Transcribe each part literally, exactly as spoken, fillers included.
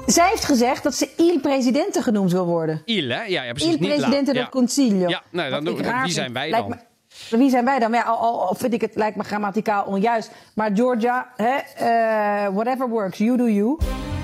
Zij heeft gezegd dat ze il presidente genoemd wil worden. Il, hè? Ja, ja precies. Il presidente del ja. Consiglio. Ja, nou, dan, dan, wie zijn wij dan? Me, wie zijn wij dan? Ja, al, al vind ik het, lijkt me grammaticaal onjuist. Maar Giorgia, hè, uh, whatever works, you do you.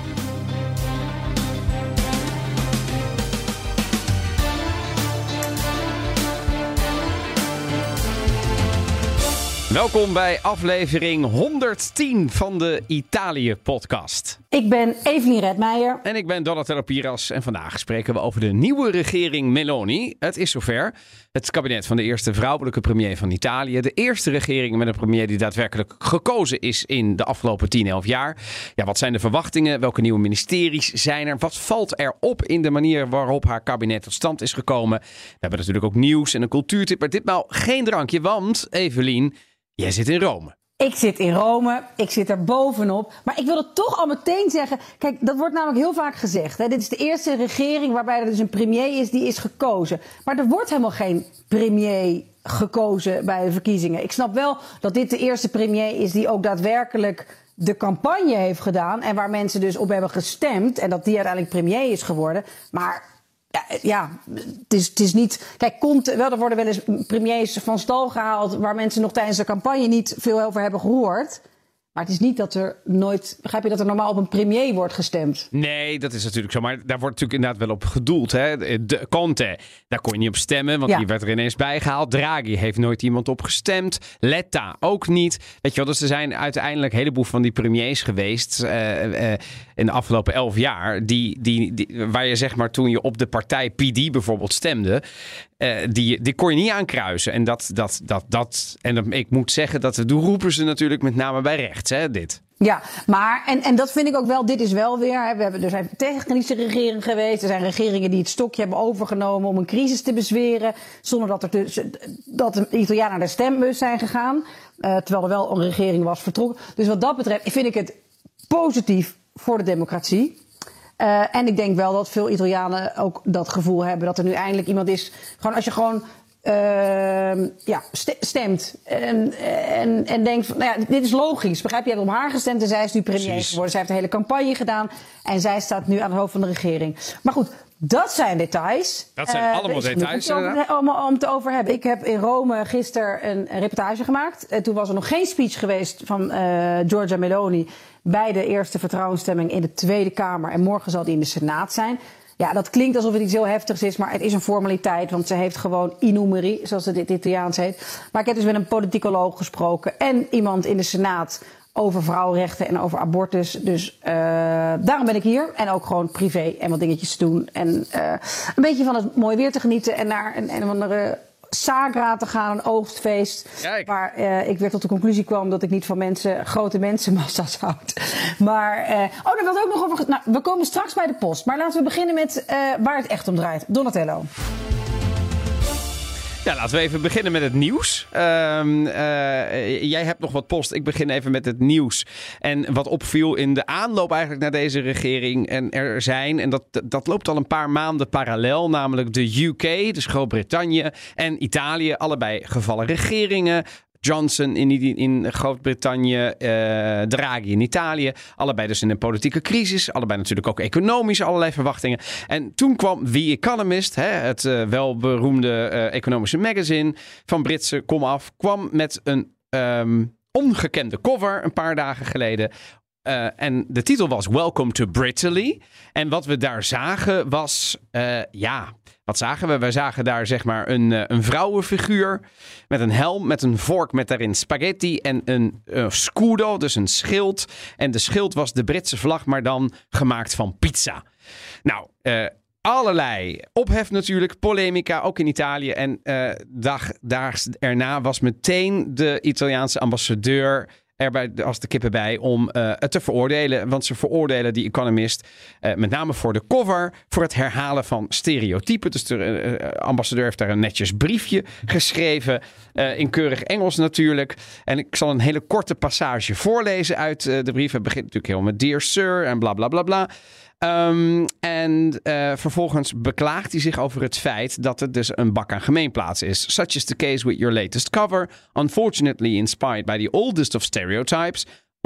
Welkom bij aflevering honderdtien van de Italië-podcast. Ik ben Evelien Redmeijer. En ik ben Donatello Piras. En vandaag spreken we over de nieuwe regering Meloni. Het is zover. Het kabinet van de eerste vrouwelijke premier van Italië. De eerste regering met een premier die daadwerkelijk gekozen is in de afgelopen tien, elf jaar. Ja, wat zijn de verwachtingen? Welke nieuwe ministeries zijn er? Wat valt er op in de manier waarop haar kabinet tot stand is gekomen? We hebben natuurlijk ook nieuws en een cultuurtip. Maar ditmaal geen drankje, want Evelien, jij zit in Rome. Ik zit in Rome, ik zit er bovenop. Maar ik wil het toch al meteen zeggen. Kijk, dat wordt namelijk heel vaak gezegd. Hè? Dit is de eerste regering waarbij er dus een premier is die is gekozen. Maar er wordt helemaal geen premier gekozen bij de verkiezingen. Ik snap wel dat dit de eerste premier is die ook daadwerkelijk de campagne heeft gedaan. En waar mensen dus op hebben gestemd. En dat die uiteindelijk premier is geworden. Maar Ja, ja het, is, het is niet. Kijk, komt, wel, er worden wel eens premiers van stal gehaald waar mensen nog tijdens de campagne niet veel over hebben gehoord. Maar het is niet dat er nooit. Begrijp je dat er normaal op een premier wordt gestemd? Nee, dat is natuurlijk zo. Maar daar wordt natuurlijk inderdaad wel op gedoeld. Hè? De Conte, daar kon je niet op stemmen, want ja. die werd er ineens bijgehaald. Draghi heeft nooit iemand op gestemd. Letta ook niet. Weet je wel, dus er zijn uiteindelijk een heleboel van die premiers geweest uh, uh, in de afgelopen elf jaar. Die, die, die, waar je zeg maar toen je op de partij P D bijvoorbeeld stemde. Uh, die, die kon je niet aankruisen. En dat, dat, dat, dat. En dat, ik moet zeggen, dat roepen ze natuurlijk met name bij rechts, hè, dit. Ja, maar, en, en dat vind ik ook wel, dit is wel weer, hè, we hebben, er zijn technische regeringen geweest, er zijn regeringen die het stokje hebben overgenomen om een crisis te bezweren, zonder dat, er dus, dat de Italianen naar de stembus zijn gegaan, uh, terwijl er wel een regering was vertrokken. Dus wat dat betreft vind ik het positief voor de democratie. Uh, en ik denk wel dat veel Italianen ook dat gevoel hebben dat er nu eindelijk iemand is. Gewoon als je gewoon uh, ja, stemt en, en, en denkt van, nou ja, dit is logisch. Begrijp je? Je hebt op haar gestemd en zij is nu premier Precies. geworden. Zij heeft een hele campagne gedaan en zij staat nu aan het hoofd van de regering. Maar goed, dat zijn details. Dat zijn uh, allemaal details. Om te, over, om, om te over hebben. Ik heb in Rome gisteren een, een reportage gemaakt. Uh, toen was er nog geen speech geweest van uh, Giorgia Meloni bij de eerste vertrouwensstemming in de Tweede Kamer. En morgen zal die in de Senaat zijn. Ja, dat klinkt alsof het iets heel heftigs is, maar het is een formaliteit. Want ze heeft gewoon i numeri, zoals het in het Italiaans heet. Maar ik heb dus met een politicoloog gesproken en iemand in de Senaat over vrouwenrechten en over abortus. Dus uh, daarom ben ik hier. En ook gewoon privé en wat dingetjes te doen. En uh, een beetje van het mooi weer te genieten en naar een, een of andere Sagra te gaan, een oogstfeest. Kijk. Waar uh, ik weer tot de conclusie kwam dat ik niet van mensen, grote mensenmassa's houd. Maar, uh, oh, daar wil ik ook nog over. Nou, we komen straks bij de post. Maar laten we beginnen met uh, waar het echt om draait. Donatello. Ja, laten we even beginnen met het nieuws. Uh, uh, jij hebt nog wat post. Ik begin even met het nieuws. En wat opviel in de aanloop eigenlijk naar deze regering. En er zijn, en dat, dat loopt al een paar maanden parallel, namelijk de U K, dus Groot-Brittannië en Italië. Allebei gevallen regeringen. Johnson in, in Groot-Brittannië, uh, Draghi in Italië. Allebei dus in een politieke crisis. Allebei natuurlijk ook economisch allerlei verwachtingen. En toen kwam The Economist, hè, het uh, welberoemde uh, economische magazine van Britse komaf, kwam met een um, ongekende cover een paar dagen geleden. Uh, en de titel was Welcome to Britaly. En wat we daar zagen was, uh, ja, wat zagen we? We zagen daar zeg maar een, uh, een vrouwenfiguur met een helm, met een vork met daarin spaghetti en een uh, scudo, dus een schild. En de schild was de Britse vlag, maar dan gemaakt van pizza. Nou, uh, allerlei ophef natuurlijk, polemica, ook in Italië. En uh, dag, daags erna was meteen de Italiaanse ambassadeur erbij als de kippen bij om uh, het te veroordelen. Want ze veroordelen die Economist uh, met name voor de cover, voor het herhalen van stereotypen. Dus de uh, ambassadeur heeft daar een netjes briefje geschreven. Uh, in keurig Engels natuurlijk. En ik zal een hele korte passage voorlezen uit uh, de brief. Het begint natuurlijk heel met Dear Sir en bla bla bla bla. Um, en uh, vervolgens beklaagt hij zich over het feit dat het dus een bak aan gemeenplaats is. Such is the case with your latest cover. Unfortunately inspired by the oldest of stereotypes.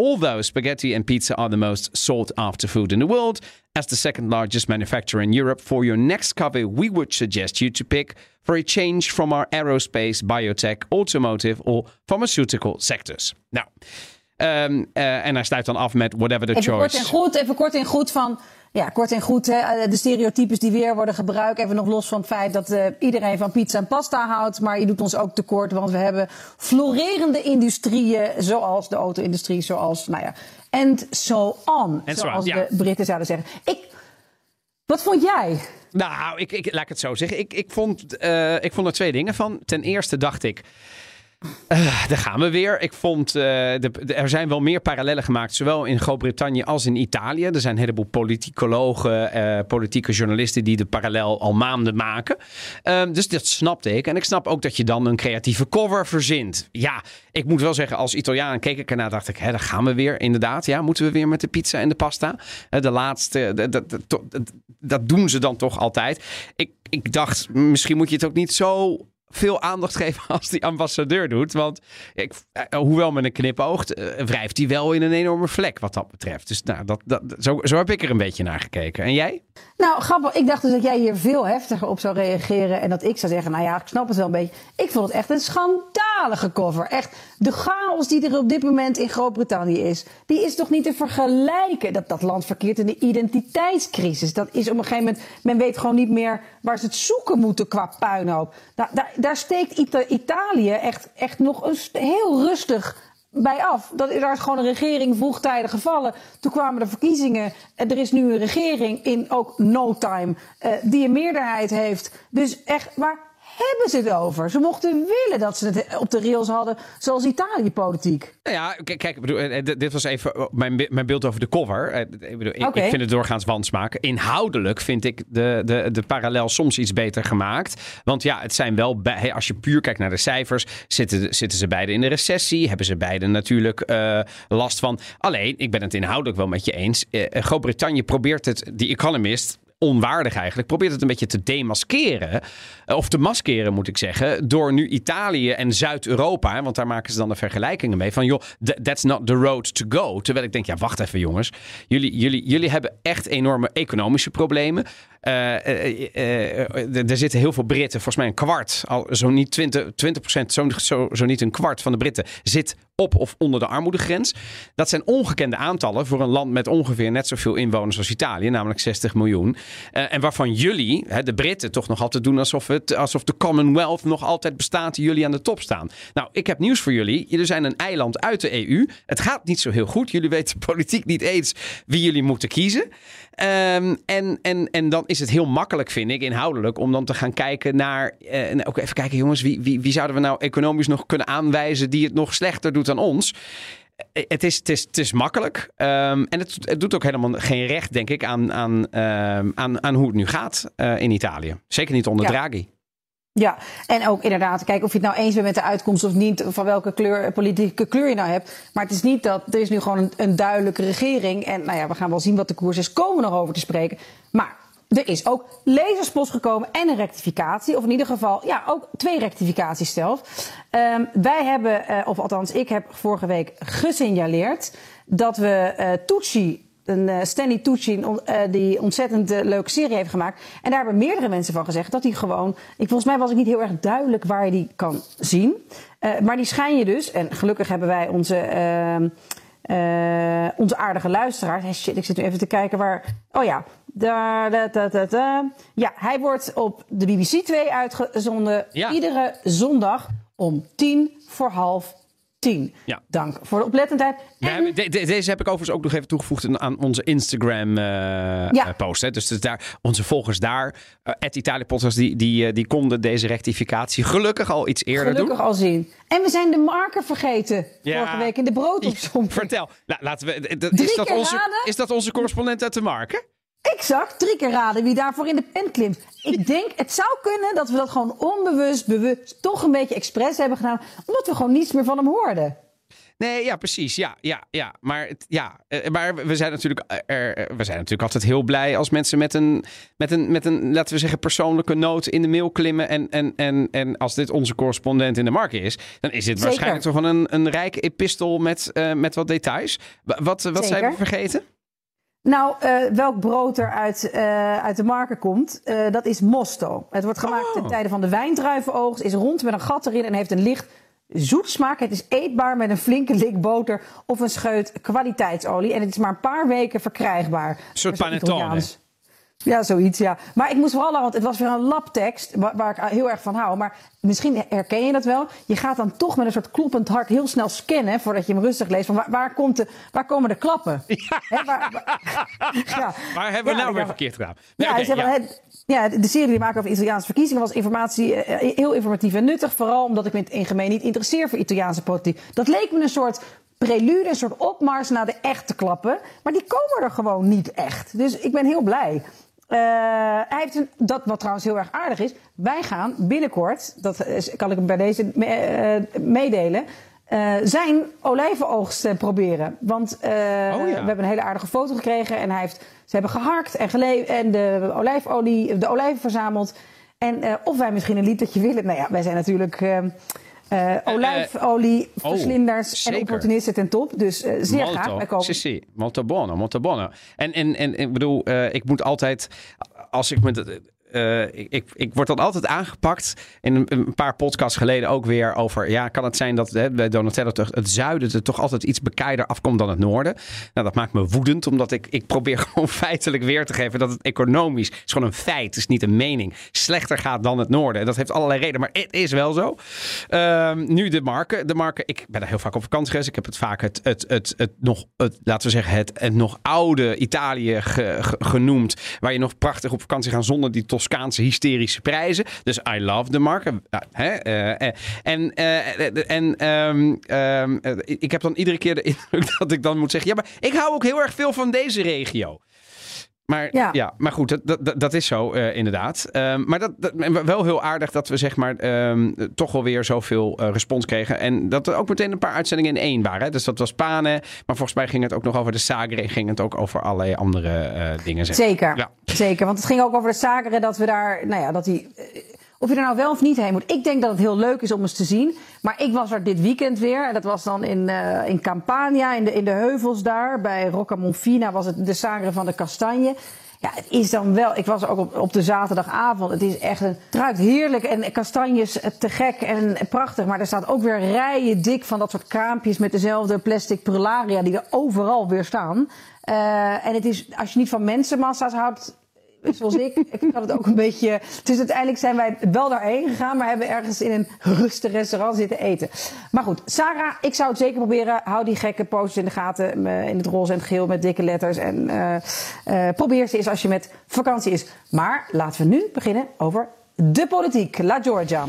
Although spaghetti and pizza are the most sought after food in the world, as the second largest manufacturer in Europe, for your next coffee, we would suggest you to pick for a change from our aerospace, biotech, automotive or pharmaceutical sectors. Nou, um, uh, en hij sluit dan af met whatever the even choice. Kort en goed, even kort en goed van... Ja, kort en goed, hè, de stereotypes die weer worden gebruikt. Even nog los van het feit dat uh, iedereen van pizza en pasta houdt. Maar je doet ons ook tekort, want we hebben florerende industrieën, zoals de auto-industrie, zoals, nou ja, and so on. And zoals so on, de ja. Britten zouden zeggen. Ik, wat vond jij? Nou, ik, ik, laat ik het zo zeggen. Ik, ik, vond, uh, ik vond er twee dingen van. Ten eerste dacht ik... Uh, daar gaan we weer. Ik vond, uh, de, de, er zijn wel meer parallellen gemaakt, zowel in Groot-Brittannië als in Italië. Er zijn een heleboel politicologen, uh, politieke journalisten die de parallel al maanden maken. Uh, dus dat snapte ik. En ik snap ook dat je dan een creatieve cover verzint. Ja, ik moet wel zeggen, als Italiaan keek ik ernaar, dacht ik, hè, daar gaan we weer. Inderdaad, ja, moeten we weer met de pizza en de pasta. Uh, de laatste, de, de, de, de, dat doen ze dan toch altijd. Ik, ik dacht, misschien moet je het ook niet zo veel aandacht geven als die ambassadeur doet. Want ik, hoewel met een knipoog, wrijft hij wel in een enorme vlek wat dat betreft. Dus nou, dat, dat, zo, zo heb ik er een beetje naar gekeken. En jij? Nou, grappig. Ik dacht dus dat jij hier veel heftiger op zou reageren. En dat ik zou zeggen, nou ja, ik snap het wel een beetje. Ik vond het echt een schandalige cover. Echt, de chaos die er op dit moment in Groot-Brittannië is, die is toch niet te vergelijken. Dat, dat land verkeert in de identiteitscrisis. Dat is op een gegeven moment, men weet gewoon niet meer waar ze het zoeken moeten qua puinhoop. Nou, daar, daar steekt Ita- Italië echt, echt nog een, heel rustig bij af. Dat, daar is gewoon een regering vroegtijdig gevallen. Toen kwamen de verkiezingen. Er is nu een regering in ook no time uh, die een meerderheid heeft. Dus echt, waar hebben ze het over? Ze mochten willen dat ze het op de rails hadden, zoals Italië-politiek. Nou ja, kijk, kijk ik bedoel, dit was even mijn, mijn beeld over de cover. Ik, bedoel, ik, Okay. ik vind het doorgaans wansmaak. Inhoudelijk vind ik de, de, de parallel soms iets beter gemaakt. Want ja, het zijn wel, bij, als je puur kijkt naar de cijfers, zitten, zitten ze beide in de recessie. Hebben ze beide natuurlijk uh, last van. Alleen, ik ben het inhoudelijk wel met je eens. Uh, Groot-Brittannië probeert het, die Economist, onwaardig eigenlijk, probeert het een beetje te demaskeren. Of te maskeren, moet ik zeggen. Door nu Italië en Zuid-Europa, want daar maken ze dan de vergelijkingen mee. Van joh, that's not the road to go. Terwijl ik denk, ja, wacht even jongens. Jullie, jullie, jullie hebben echt enorme economische problemen. Uh, uh, uh, uh, er zitten heel veel Britten, volgens mij een kwart, al zo niet twintig, twintig procent, zo, zo, zo niet een kwart van de Britten zit op of onder de armoedegrens. Dat zijn ongekende aantallen voor een land met ongeveer net zoveel inwoners als Italië, namelijk zestig miljoen. Uh, en waarvan jullie, hè, de Britten, toch nog altijd doen alsof, het, alsof de Commonwealth nog altijd bestaat en jullie aan de top staan. Nou, ik heb nieuws voor jullie. Jullie zijn een eiland uit de E U. Het gaat niet zo heel goed. Jullie weten politiek niet eens wie jullie moeten kiezen. Um, en, en, en dan is het heel makkelijk, vind ik, inhoudelijk, om dan te gaan kijken naar, uh, ook even kijken jongens, wie, wie, wie zouden we nou economisch nog kunnen aanwijzen die het nog slechter doet dan ons? Uh, het, is, het, is, het is makkelijk. Um, en het, het doet ook helemaal geen recht, denk ik, aan, aan, um, aan, aan hoe het nu gaat uh, in Italië. Zeker niet onder Ja. Draghi. Ja, en ook inderdaad, kijk of je het nou eens bent met de uitkomst of niet, van welke kleur, politieke kleur je nou hebt. Maar het is niet dat, er is nu gewoon een, een duidelijke regering. En nou ja, we gaan wel zien wat de koers is, komen we nog over te spreken. Maar er is ook lezerspost gekomen en een rectificatie. Of in ieder geval, ja, ook twee rectificaties zelf. Um, wij hebben, uh, of althans ik heb vorige week gesignaleerd dat we uh, Tucci, een uh, Stanley Tucci, uh, die ontzettend uh, leuke serie heeft gemaakt. En daar hebben meerdere mensen van gezegd dat hij gewoon, ik, volgens mij was ik niet heel erg duidelijk waar je die kan zien. Uh, maar die schijn je dus, en gelukkig hebben wij onze, uh, uh, onze aardige luisteraars. Hey, shit, ik zit nu even te kijken waar, oh ja, da, da, da, da, da. Ja, hij wordt op de B B C twee uitgezonden, Ja. Iedere zondag om tien voor half tien. Ja. Dank voor de oplettendheid. We En hebben, de, de, deze heb ik overigens ook nog even toegevoegd aan onze Instagram uh, Ja. post. Hè. Dus, dus daar, onze volgers daar, uh, at Italië Podcast, die, die, uh, die konden deze rectificatie gelukkig al iets eerder gelukkig doen. al zien. En we zijn de marker vergeten. Ja. Vorige week in de broodopsomming. Vertel, La, laten we. d- d- Drie Is dat, keer onze, raden? is dat onze correspondent uit de Marken? Exact, drie keer raden wie daarvoor in de pen klimt. Ik denk, het zou kunnen dat we dat gewoon onbewust, bewust, toch een beetje expres hebben gedaan. Omdat we gewoon niets meer van hem hoorden. Nee, ja, precies. Ja, ja, ja. Maar, het, ja, maar we zijn natuurlijk, er, we zijn natuurlijk altijd heel blij als mensen met een, met een, met een, laten we zeggen, persoonlijke noot in de mail klimmen. En, en, en, en als dit onze correspondent in de markt is, dan is dit Zeker. waarschijnlijk toch wel een, een rijke epistel met, uh, met wat details. Wat, wat zijn we vergeten? Nou, uh, welk brood er uit, uh, uit de marken komt, uh, dat is Mosto. Het wordt gemaakt oh. ten tijde van de wijndruivenoogst, is rond met een gat erin en heeft een licht zoetsmaak. Het is eetbaar met een flinke lik boter of een scheut kwaliteitsolie. En het is maar een paar weken verkrijgbaar. Een soort panettone. Ja, zoiets, ja. Maar ik moest vooral aan, want het was weer een labtekst waar, waar ik heel erg van hou. Maar misschien herken je dat wel. Je gaat dan toch met een soort kloppend hart heel snel scannen voordat je hem rustig leest. Van waar, waar, komt de, waar komen de klappen? Ja. He, waar, waar, ja. Waar hebben we ja, nou weer verkeerd gedaan? Nee, ja, okay, ja. Het, ja, de serie die maken over Italiaanse verkiezingen was informatie uh, heel informatief en nuttig. Vooral omdat ik me in gemeen niet interesseer voor Italiaanse politiek. Dat leek me een soort prelude, een soort opmars naar de echte klappen. Maar die komen er gewoon niet echt. Dus ik ben heel blij. Uh, hij heeft een, dat wat trouwens heel erg aardig is. Wij gaan binnenkort, dat is, kan ik hem bij deze me, uh, meedelen, uh, zijn olijvenoogst uh, proberen. Want uh, oh ja. we hebben een hele aardige foto gekregen en hij heeft, ze hebben geharkt en, gele- en de olijfolie, de olijven verzameld. En uh, of wij misschien een litertje willen. Nou ja, wij zijn natuurlijk Uh, Uh, olijfolie, uh, uh, verslinders oh, en opportunisten ten top. Dus uh, zeer molto, graag. Wij komen. Sì, sì, molto buono, molto buono. En, en, en ik bedoel, uh, ik moet altijd, als ik met Uh, ik, ik, ik word dan altijd aangepakt. In een, een paar podcasts geleden ook weer over, ja, kan het zijn dat hè, bij Donatello toch, het zuiden er toch altijd iets bekeider afkomt dan het noorden. Nou, dat maakt me woedend, omdat ik, ik probeer gewoon feitelijk weer te geven dat het economisch is gewoon een feit, het is niet een mening, slechter gaat dan het noorden. En dat heeft allerlei redenen, maar het is wel zo. Uh, nu de marken. De marken, ik ben daar heel vaak op vakantie geweest. Ik heb het vaak het, het, het, het nog, het, laten we zeggen, het, het nog oude Italië ge, ge, genoemd, waar je nog prachtig op vakantie gaat zonder die Toscaanse hysterische prijzen. Dus I love de marken. Uh, hè, uh, en uh, en um, um, uh, ik heb dan iedere keer de indruk dat ik dan moet zeggen, ja, maar ik hou ook heel erg veel van deze regio. Maar, ja. Ja, maar goed, dat, dat, dat is zo uh, inderdaad. Um, maar dat, dat, wel heel aardig dat we zeg maar um, toch wel weer zoveel uh, respons kregen. En dat er ook meteen een paar uitzendingen in één waren. Hè? Dus dat was Pane. Maar volgens mij ging het ook nog over de Sagre. En ging het ook over allerlei andere uh, dingen. Zeg. Zeker, ja. Zeker. Want het ging ook over de Sagre dat we daar, nou ja, dat die... Uh, Of je er nou wel of niet heen moet. Ik denk dat het heel leuk is om eens te zien. Maar ik was er dit weekend weer. En dat was dan in, uh, in Campania, in de, in de heuvels daar. Bij Roccamonfina was het de Sagre van de Kastanje. Ja, het is dan wel... Ik was ook op, op de zaterdagavond. Het is echt een... Het ruikt heerlijk en kastanjes te gek en prachtig. Maar er staat ook weer rijen dik van dat soort kraampjes met dezelfde plastic prularia die er overal weer staan. Uh, en het is, als je niet van mensenmassa's houdt, zoals ik, ik had het ook een beetje. Dus uiteindelijk zijn wij wel daarheen gegaan, maar hebben ergens in een rustig restaurant zitten eten. Maar goed, Sarah, ik zou het zeker proberen. Hou die gekke posters in de gaten in het roze en het geel met dikke letters. En uh, uh, probeer ze eens als je met vakantie is. Maar laten we nu beginnen over de politiek. La Giorgia.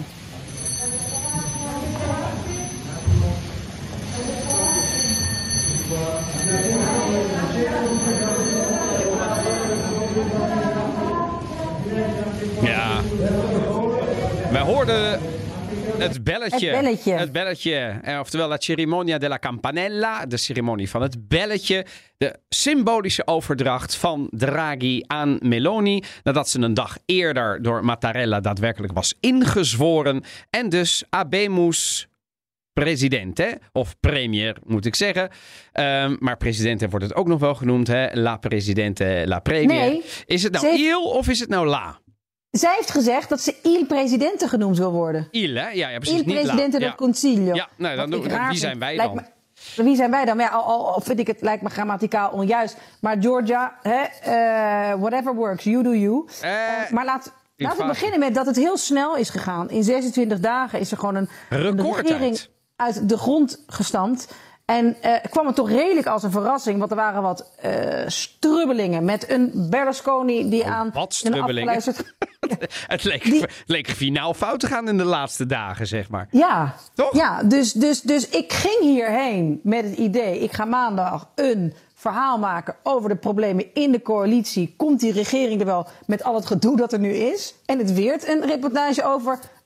Ja, wij hoorden het belletje. Het belletje. Het belletje. Oftewel la cerimonia della campanella. De ceremonie van het belletje. De symbolische overdracht van Draghi aan Meloni. Nadat ze een dag eerder door Mattarella daadwerkelijk was ingezworen. En dus habemus presidente, of premier moet ik zeggen. Um, maar presidente wordt het ook nog wel genoemd. Hè? La presidente, la premier. Nee, is het nou heeft... il of is het nou la? Zij heeft gezegd dat ze il presidente genoemd wil worden. Il, hè? Ja, ja precies. Il presidente del ja. Consiglio. Ja, nou, dan doen, wie zijn wij dan? Me, wie zijn wij dan? Ja, al, al vind ik het, lijkt me grammaticaal onjuist. Maar Giorgia, hè, uh, whatever works, you do you. Uh, uh, maar laat, laten we beginnen met dat het heel snel is gegaan. In zesentwintig dagen is er gewoon een, een regering uit de grond gestampt. En uh, kwam het toch redelijk als een verrassing, want er waren wat uh, strubbelingen met een Berlusconi die oh, aan wat strubbelingen? het, leek, die, het leek finaal fout te gaan in de laatste dagen, zeg maar. Ja, toch? Ja, dus, dus, dus ik ging hierheen met het idee, ik ga maandag een verhaal maken over de problemen in de coalitie. Komt die regering er wel met al het gedoe dat er nu is? En het weert een reportage over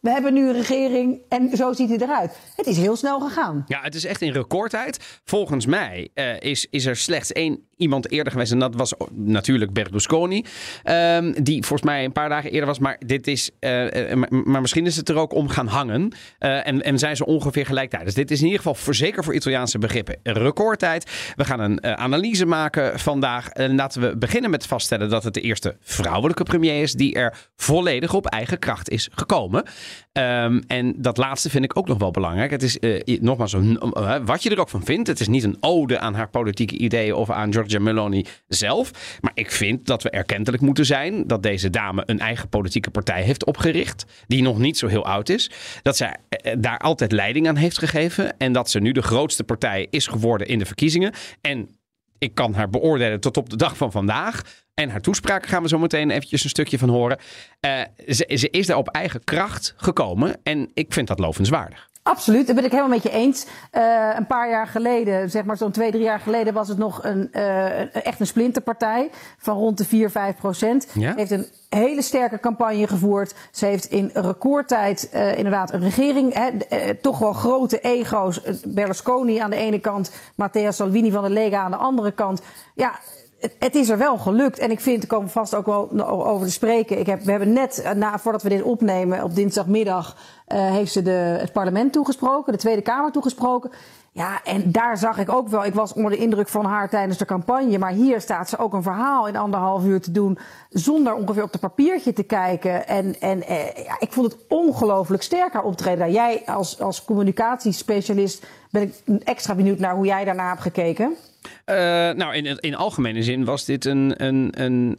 we hebben nu een regering en zo ziet hij eruit. Het is heel snel gegaan. Ja, het is echt in recordtijd. Volgens mij uh, is, is er slechts één iemand eerder geweest. En dat was natuurlijk Berlusconi. Um, die volgens mij een paar dagen eerder was. Maar dit is. Uh, maar, maar misschien is het er ook om gaan hangen. Uh, en, en zijn ze ongeveer gelijktijdig. Dus dit is in ieder geval voor, zeker voor Italiaanse begrippen recordtijd. We gaan een uh, analyse maken vandaag. En laten we beginnen met vaststellen dat het de eerste vrouwelijke premier is die er volledig op eigen kracht is gekomen. Um, en dat laatste vind ik ook nog wel belangrijk. Het is uh, nogmaals een, uh, wat je er ook van vindt. Het is niet een ode aan haar politieke ideeën of aan Giorgia Meloni zelf. Maar ik vind dat we erkentelijk moeten zijn dat deze dame een eigen politieke partij heeft opgericht. Die nog niet zo heel oud is. Dat zij uh, daar altijd leiding aan heeft gegeven. En dat ze nu de grootste partij is geworden in de verkiezingen. En ik kan haar beoordelen tot op de dag van vandaag. En haar toespraak gaan we zo meteen eventjes een stukje van horen. Uh, ze, ze is daar op eigen kracht gekomen. En ik vind dat lovenswaardig. Absoluut, dat ben ik helemaal met je eens. Uh, een paar jaar geleden, zeg maar zo'n twee, drie jaar geleden, was het nog een, uh, echt een splinterpartij van rond de vier, vijf procent. Ja? Heeft een hele sterke campagne gevoerd. Ze heeft in recordtijd uh, inderdaad een regering, hè, uh, toch wel grote ego's. Berlusconi aan de ene kant, Matteo Salvini van de Lega aan de andere kant. Ja. Het is er wel gelukt en ik vind, er komen vast ook wel over te spreken. Ik heb, we hebben net, na, voordat we dit opnemen, op dinsdagmiddag, uh, heeft ze de, het parlement toegesproken, de Tweede Kamer toegesproken. Ja, en daar zag ik ook wel, ik was onder de indruk van haar tijdens de campagne, maar hier staat ze ook een verhaal in anderhalf uur te doen, zonder ongeveer op het papiertje te kijken. En, en uh, ja, ik vond het ongelooflijk sterk haar optreden. Jij als, als communicatiespecialist ben ik extra benieuwd naar hoe jij daarna hebt gekeken. Uh, nou, in, in algemene zin was dit een, een, een,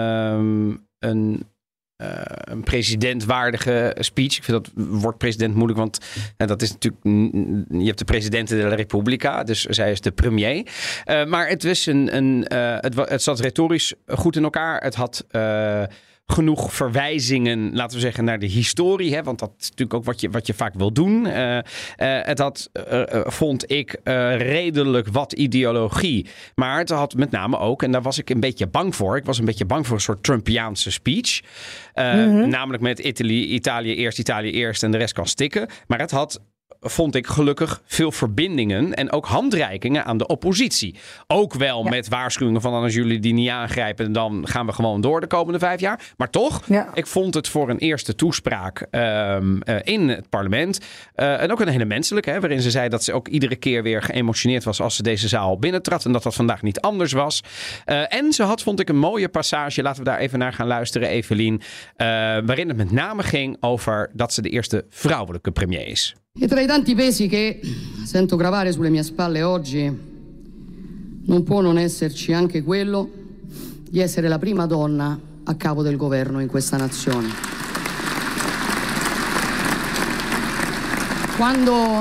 uh, een, uh, een presidentwaardige speech. Ik vind dat woord president moeilijk, want uh, dat is natuurlijk. Je hebt de president de la Repubblica, dus zij is de premier. Uh, maar het was een. een uh, het, het zat retorisch goed in elkaar. Het had. Uh, genoeg verwijzingen, laten we zeggen, naar de historie. Hè? Want dat is natuurlijk ook wat je, wat je vaak wil doen. Uh, uh, het had, uh, uh, vond ik, uh, redelijk wat ideologie. Maar het had met name ook, en daar was ik een beetje bang voor. Ik was een beetje bang voor een soort Trumpiaanse speech. Uh, mm-hmm. Namelijk met Italië, Italië eerst, Italië eerst en de rest kan stikken. Maar het had, vond ik gelukkig, veel verbindingen en ook handreikingen aan de oppositie. Ook wel ja. met waarschuwingen van als jullie die niet aangrijpen, dan gaan we gewoon door de komende vijf jaar. Maar toch, ja. ik vond het voor een eerste toespraak um, uh, in het parlement uh, en ook een hele menselijke, hè, waarin ze zei dat ze ook iedere keer weer geëmotioneerd was als ze deze zaal binnentrad en dat dat vandaag niet anders was. Uh, en ze had, vond ik, een mooie passage, laten we daar even naar gaan luisteren, Evelien, uh, waarin het met name ging over dat ze de eerste vrouwelijke premier is. E tra i tanti pesi che sento gravare sulle mie spalle oggi, non può non esserci anche quello di essere la prima donna a capo del governo in questa nazione. Quando,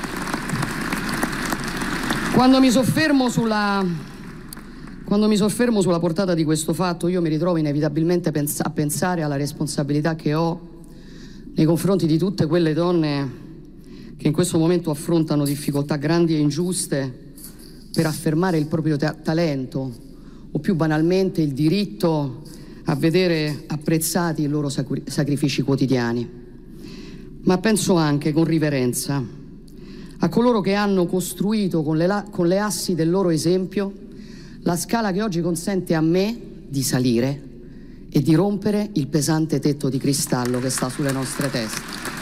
quando mi soffermo sulla, quando mi soffermo sulla portata di questo fatto, io mi ritrovo inevitabilmente pens- a pensare alla responsabilità che ho nei confronti di tutte quelle donne che in questo momento affrontano difficoltà grandi e ingiuste per affermare il proprio ta- talento o più banalmente il diritto a vedere apprezzati i loro sacri- sacrifici quotidiani. Ma penso anche con riverenza a coloro che hanno costruito con le, la- con le assi del loro esempio la scala che oggi consente a me di salire e di rompere il pesante tetto di cristallo che sta sulle nostre teste.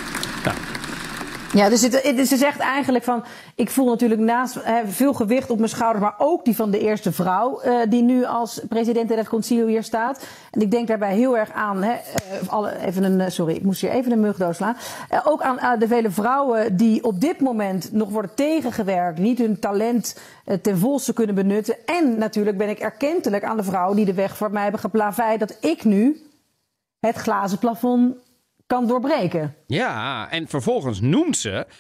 Ja, dus, het, dus ze zegt eigenlijk van, ik voel natuurlijk naast hè, veel gewicht op mijn schouders, maar ook die van de eerste vrouw, uh, die nu als president del Consiglio hier staat. En ik denk daarbij heel erg aan, hè, uh, alle, even een, sorry, ik moest hier even een mug doodslaan. Uh, ook aan uh, de vele vrouwen die op dit moment nog worden tegengewerkt, niet hun talent uh, ten volste kunnen benutten. En natuurlijk ben ik erkentelijk aan de vrouwen die de weg voor mij hebben geplaveid dat ik nu het glazen plafond kan doorbreken. Ja, en vervolgens noemt ze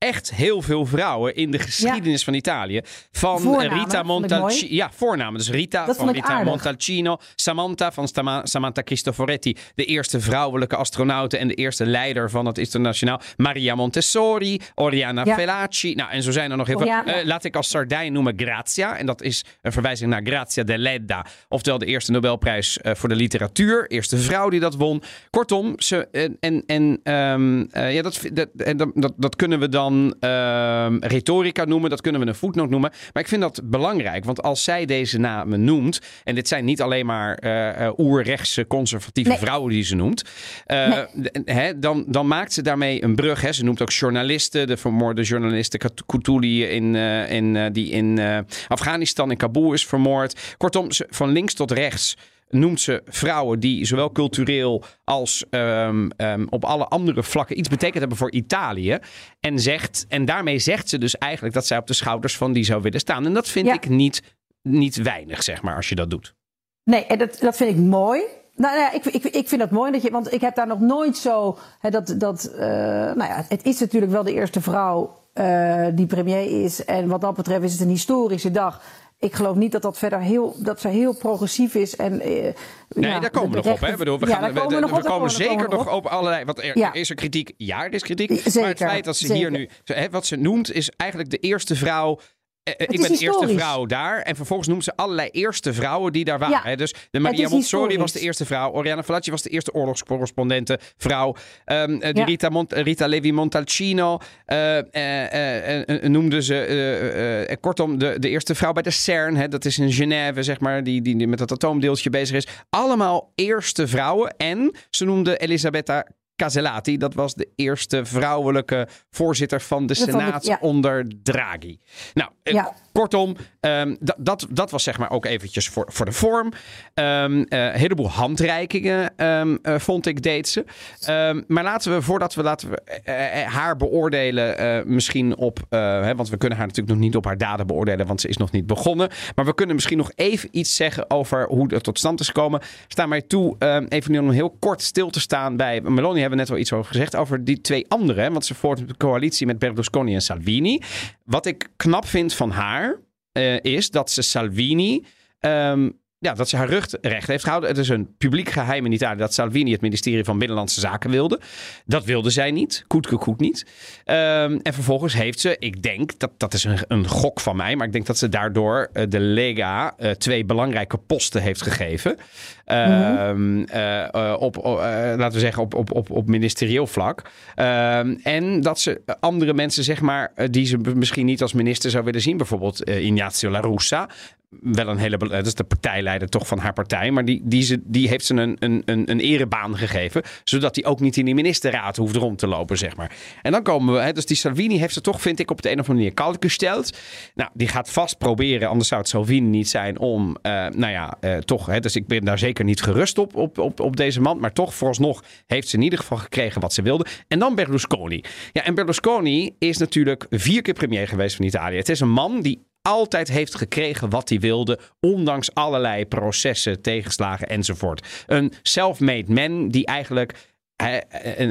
echt heel veel vrouwen in de geschiedenis ja. van Italië. Van voornamen, Rita Montalcino. Ja, voornamen. Dus Rita dat van Rita Montalcino. Samantha van Stama- Samantha Cristoforetti. De eerste vrouwelijke astronauten en de eerste leider van het internationaal. Maria Montessori. Oriana ja. Fallaci. Nou, en zo zijn er nog heel veel. Uh, laat ik als Sardijn noemen Grazia. En dat is een verwijzing naar Grazia Deledda. Oftewel de eerste Nobelprijs uh, voor de literatuur. Eerste vrouw die dat won. Kortom, ze, en, en, en um, uh, ja, dat, dat, dat, dat, dat kunnen we dan Uh, retorica noemen, dat kunnen we een voetnoot noemen. Maar ik vind dat belangrijk, want als zij deze namen noemt, en dit zijn niet alleen maar uh, uh, oerrechtse conservatieve nee. vrouwen die ze noemt, uh, nee. d- hè, dan, dan maakt ze daarmee een brug. Hè. Ze noemt ook journalisten, de vermoorde journaliste Kutuli in, uh, in, uh, die in uh, Afghanistan, in Kabul is vermoord. Kortom, ze, van links tot rechts noemt ze vrouwen die zowel cultureel als um, um, op alle andere vlakken iets betekend hebben voor Italië. En, zegt, en daarmee zegt ze dus eigenlijk dat zij op de schouders van die zou willen staan. En dat vind ja. ik niet, niet weinig, zeg maar, als je dat doet. Nee, en dat, dat vind ik mooi. Nou ja, ik, ik, ik vind dat mooi, dat je, want ik heb daar nog nooit zo... Hè, dat, dat, uh, nou ja, het is natuurlijk wel de eerste vrouw uh, die premier is. En wat dat betreft is het een historische dag. Ik geloof niet dat dat verder heel, dat ze heel progressief is. En, uh, nee, ja, daar komen we nog rechten, op. Hè? Bedoel, we, ja, gaan, we, komen we, nog we, we komen zeker nog op allerlei... Want er, ja. er is er kritiek. Ja, er is kritiek. Zeker, maar het feit dat ze zeker. hier nu... Hè, wat ze noemt is eigenlijk de eerste vrouw... Uh, ik ben de eerste vrouw daar. En vervolgens noemt ze allerlei eerste vrouwen die daar waren. Ja, hè? Dus de Maria Montessori was de eerste vrouw. Oriana Fallaci was de eerste oorlogscorrespondente vrouw. Um, uh, ja. Rita, Mont- Rita Levi Montalcino uh, uh, uh, uh, noemde ze. Uh, uh, kortom, de, de eerste vrouw bij de CERN. Hè? Dat is in Genève, zeg maar, die, die, die met dat atoomdeeltje bezig is. Allemaal eerste vrouwen. En ze noemde Elisabetta Casellati, dat was de eerste vrouwelijke voorzitter van de Senaat ja. onder Draghi. Nou, ja. kortom, um, dat, dat, dat was zeg maar ook eventjes voor, voor de vorm. Um, uh, een heleboel handreikingen um, uh, vond ik, deed ze. Um, maar laten we, voordat we, laten we uh, haar beoordelen, uh, misschien op, uh, hè, want we kunnen haar natuurlijk nog niet op haar daden beoordelen, want ze is nog niet begonnen. Maar we kunnen misschien nog even iets zeggen over hoe het tot stand is gekomen. Sta mij toe um, even nu heel kort stil te staan bij Meloni. Hebben we net wel iets over gezegd, over die twee anderen. Want ze voert een coalitie met Berlusconi en Salvini. Wat ik knap vind van haar, uh, is dat ze Salvini... Um, ja, dat ze haar rug recht heeft gehouden. Het is een publiek geheim in Italië dat Salvini het ministerie van Binnenlandse Zaken wilde. Dat wilde zij niet. Koetke koet niet. Um, en vervolgens heeft ze, ik denk, dat, dat is een, een gok van mij, maar ik denk dat ze daardoor uh, de Lega uh, twee belangrijke posten heeft gegeven. Uh, mm-hmm. uh, uh, op, uh, laten we zeggen, op, op, op, op ministerieel vlak. Uh, en dat ze andere mensen, zeg maar, uh, die ze misschien niet als minister zou willen zien. Bijvoorbeeld uh, Ignazio La Russa. Wel een hele, dat is de partijleider toch van haar partij. Maar die, die, ze, die heeft ze een, een, een, een erebaan gegeven. Zodat hij ook niet in die ministerraad hoeft rond te lopen, zeg maar. En dan komen we, hè, dus die Salvini heeft ze toch, vind ik, op de een of andere manier koud gesteld. Nou, die gaat vast proberen, anders zou het Salvini niet zijn om, uh, nou ja, uh, toch, hè, dus ik ben daar zeker niet gerust op, op, op, op deze man. Maar toch, vooralsnog heeft ze in ieder geval gekregen wat ze wilde. En dan Berlusconi. Ja, en Berlusconi is natuurlijk vier keer premier geweest van Italië. Het is een man die altijd heeft gekregen wat hij wilde, ondanks allerlei processen, tegenslagen enzovoort. Een self-made man die eigenlijk Hij,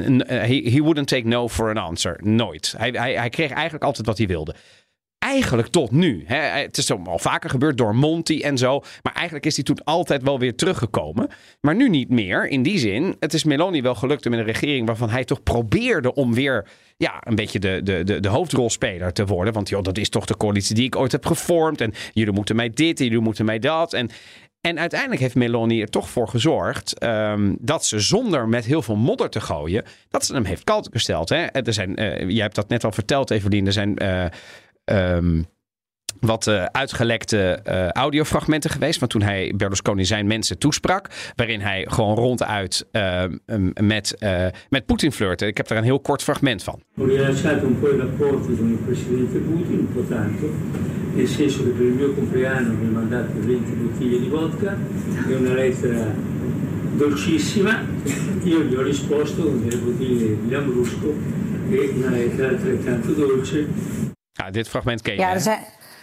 he, he wouldn't take no for an answer. Nooit. Hij, hij, hij kreeg eigenlijk altijd wat hij wilde. Eigenlijk tot nu. Hè. Het is al vaker gebeurd door Monti en zo. Maar eigenlijk is hij toen altijd wel weer teruggekomen. Maar nu niet meer. In die zin, het is Meloni wel gelukt met een regering waarvan hij toch probeerde om weer ja, een beetje de, de, de, de hoofdrolspeler te worden. Want joh, dat is toch de coalitie die ik ooit heb gevormd. En jullie moeten mij dit en jullie moeten mij dat. En En uiteindelijk heeft Meloni er toch voor gezorgd um, dat ze zonder met heel veel modder te gooien, dat ze hem heeft koud gesteld. Hè? Er zijn, uh, jij hebt dat net al verteld, Evelien. Er zijn uh, um, wat uh, uitgelekte uh, audiofragmenten geweest van toen hij Berlusconi zijn mensen toesprak, waarin hij gewoon ronduit uh, um, met, uh, met Poetin flirte. Ik heb daar een heel kort fragment van. Ho rilasciato un po' il rapporto con il presidente Putin, un po' tanto, nel senso che per il mio compleanno mi ha mandato venti bottiglie di vodka e una lettera dolcissima. Io gli ho risposto con delle bottiglie di Lambrusco e una lettera altrettanto dolce. Ja, dit fragment ken je. Ja, er zijn,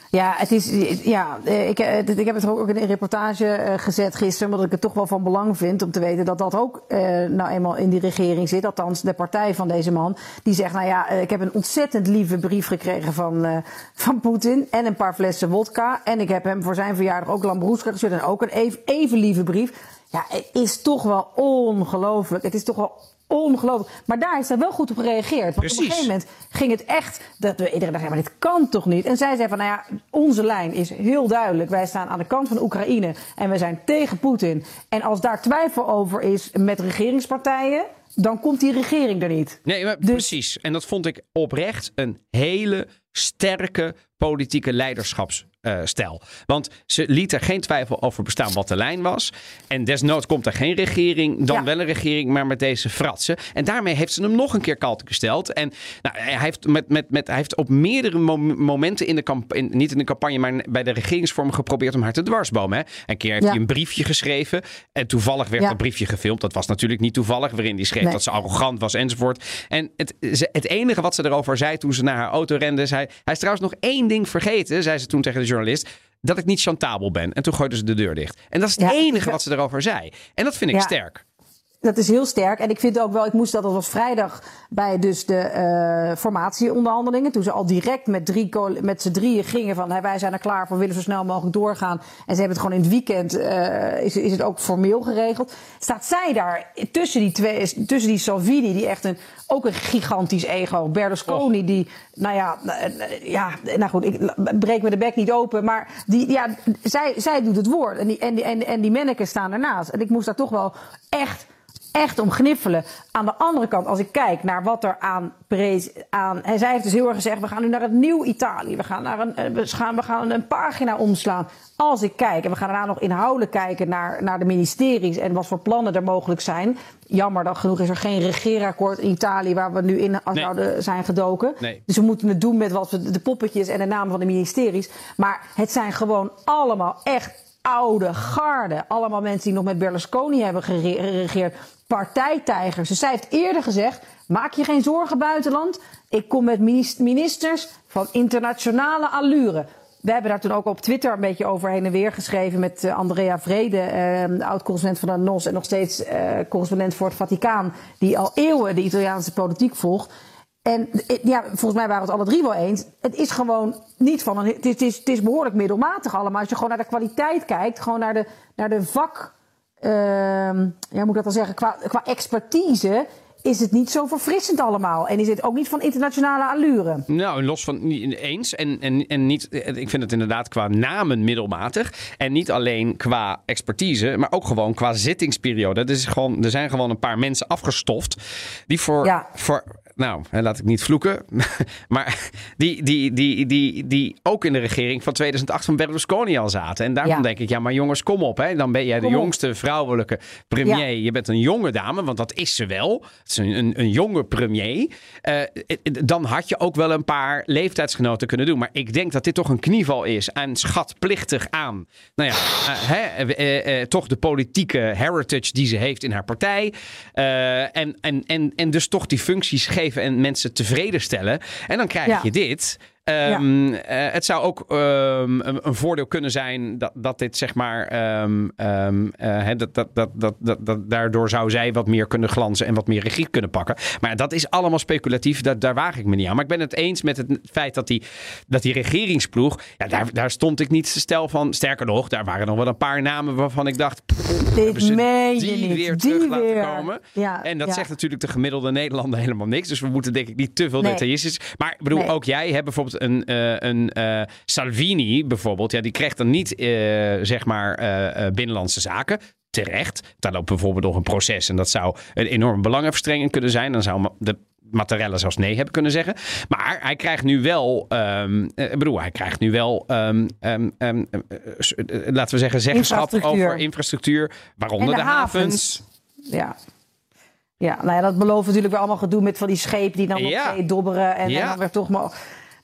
Ja, het is, ja ik, ik heb het ook in een reportage gezet gisteren, omdat ik het toch wel van belang vind om te weten dat dat ook uh, nou eenmaal in die regering zit. Althans, de partij van deze man, die zegt, nou ja, ik heb een ontzettend lieve brief gekregen van, uh, van Poetin en een paar flessen wodka. En ik heb hem voor zijn verjaardag ook Lambrusca gestuurd en ook een even, even lieve brief. Ja, het is toch wel ongelooflijk. Het is toch wel ongelooflijk. Maar daar is hij wel goed op gereageerd. Want Precies. op een gegeven moment ging het echt, dat we iedereen dachten, ja, maar dit kan toch niet? En zij zei van, nou ja, onze lijn is heel duidelijk. Wij staan aan de kant van Oekraïne en we zijn tegen Poetin. En als daar twijfel over is met regeringspartijen, dan komt die regering er niet. Nee, maar dus... precies. En dat vond ik oprecht een hele sterke politieke leiderschapsstijl. Uh, Want ze liet er geen twijfel over bestaan wat de lijn was. En desnoods komt er geen regering, dan ja. wel een regering, maar met deze fratsen. En daarmee heeft ze hem nog een keer kalt gesteld. En nou, hij, heeft met, met, met, hij heeft op meerdere mom- momenten, in de camp- in, niet in de campagne, maar bij de regeringsvorm geprobeerd om haar te dwarsbomen. Hè? Een keer heeft ja. hij een briefje geschreven. En toevallig werd ja. dat briefje gefilmd. Dat was natuurlijk niet toevallig, waarin hij schreef nee. dat ze arrogant was enzovoort. En het, het enige wat ze erover zei toen ze naar haar auto rende, zei, hij is trouwens nog één ding vergeten, zei ze toen tegen de journalist, dat ik niet chantabel ben. En toen gooide ze de deur dicht. En dat is het ja, enige ja. wat ze erover zei. En dat vind ik ja. sterk. Dat is heel sterk. En ik vind ook wel, ik moest dat, dat was vrijdag bij dus de uh, formatieonderhandelingen. Toen ze al direct met, drie, met z'n drieën gingen van, hey, wij zijn er klaar voor, willen zo snel mogelijk doorgaan. En ze hebben het gewoon in het weekend, uh, is, is het ook formeel geregeld. Staat zij daar tussen die twee, tussen die Salvini, die echt een, ook een gigantisch ego. Berlusconi, oh. die, nou ja, ja, nou goed, ik breek me de bek niet open. Maar die, ja, zij, zij doet het woord. En die, en die, en, en die manneken staan ernaast. En ik moest daar toch wel echt... echt om gniffelen. Aan de andere kant, als ik kijk naar wat er aan... Prees, aan en zij heeft dus heel erg gezegd, we gaan nu naar het nieuw Italië. We gaan, naar een, we gaan, we gaan een pagina omslaan. Als ik kijk, en we gaan daarna nog inhoudelijk kijken naar, naar de ministeries en wat voor plannen er mogelijk zijn. Jammer dat genoeg is er geen regeerakkoord in Italië waar we nu in nee. zouden zijn gedoken. Nee. Dus we moeten het doen met wat we, de poppetjes en de namen van de ministeries. Maar het zijn gewoon allemaal echt oude garden. Allemaal mensen die nog met Berlusconi hebben geregeerd. Partijtijgers. Dus zij heeft eerder gezegd, maak je geen zorgen buitenland. Ik kom met ministers van internationale allure. We hebben daar toen ook op Twitter een beetje over heen en weer geschreven met uh, Andrea Vrede, uh, oud-correspondent van de N O S en nog steeds uh, correspondent voor het Vaticaan, die al eeuwen de Italiaanse politiek volgt. En ja, volgens mij waren we het alle drie wel eens. Het is gewoon niet van een. Het is, het is, het is behoorlijk middelmatig allemaal. Als je gewoon naar de kwaliteit kijkt, gewoon naar de, naar de vak. Uh, ja, hoe moet ik dat dan zeggen? Qua, qua expertise is het niet zo verfrissend allemaal. En is het ook niet van internationale allure. Nou, los van niet eens. En, en, en niet, ik vind het inderdaad qua namen middelmatig. En niet alleen qua expertise, maar ook gewoon qua zittingsperiode. Dus gewoon, er zijn gewoon een paar mensen afgestoft die voor... Ja. voor nou, laat ik niet vloeken. Maar die, die, die, die, die ook in de regering van tweeduizend acht van Berlusconi al zaten. En daarom ja. denk ik, ja, maar jongens, kom op. Hè. Dan ben jij de kom jongste op. vrouwelijke premier. Ja. Je bent een jonge dame, want dat is ze wel. Het is een, een, een jonge premier. Uh, dan had je ook wel een paar leeftijdsgenoten kunnen doen. Maar ik denk dat dit toch een knieval is. En schatplichtig aan, nou ja, uh, hè, uh, uh, toch de politieke heritage die ze heeft in haar partij. Uh, en, en, en, en dus toch die functies geven en mensen tevreden stellen. En dan krijg ja. je dit. Um, ja. uh, het zou ook um, een, een voordeel kunnen zijn dat, dat dit zeg maar um, um, uh, dat, dat, dat, dat, dat, dat daardoor zou zij wat meer kunnen glanzen en wat meer regie kunnen pakken. Maar dat is allemaal speculatief. Dat, daar waag ik me niet aan. Maar ik ben het eens met het feit dat die, dat die regeringsploeg, ja, daar, daar stond ik niet stel van. Sterker nog, daar waren nog wel een paar namen waarvan ik dacht, pff, dit meen je die niet. weer die terug weer. laten komen. Ja, en dat ja. zegt natuurlijk de gemiddelde Nederlander helemaal niks. Dus we moeten denk ik niet te veel nee. detailistisch. Maar ik bedoel, nee. ook jij hebt bijvoorbeeld een, uh, een uh, Salvini bijvoorbeeld. Ja, die krijgt dan niet, uh, zeg maar, uh, uh, binnenlandse zaken. Terecht. Daar loopt bijvoorbeeld nog een proces. En dat zou een enorme belangenverstrenging kunnen zijn. Dan zou de Mattarella zelfs nee hebben kunnen zeggen. Maar hij krijgt nu wel, um, ik bedoel, hij krijgt nu wel, um, um, um, uh, uh, laten we zeggen, zeggenschap over infrastructuur. Waaronder de, de havens. havens. Ja. Ja, nou ja, dat belooft natuurlijk weer allemaal gedoe met van die schepen die dan nog ja. dobberen. En, ja. en dan weer toch maar.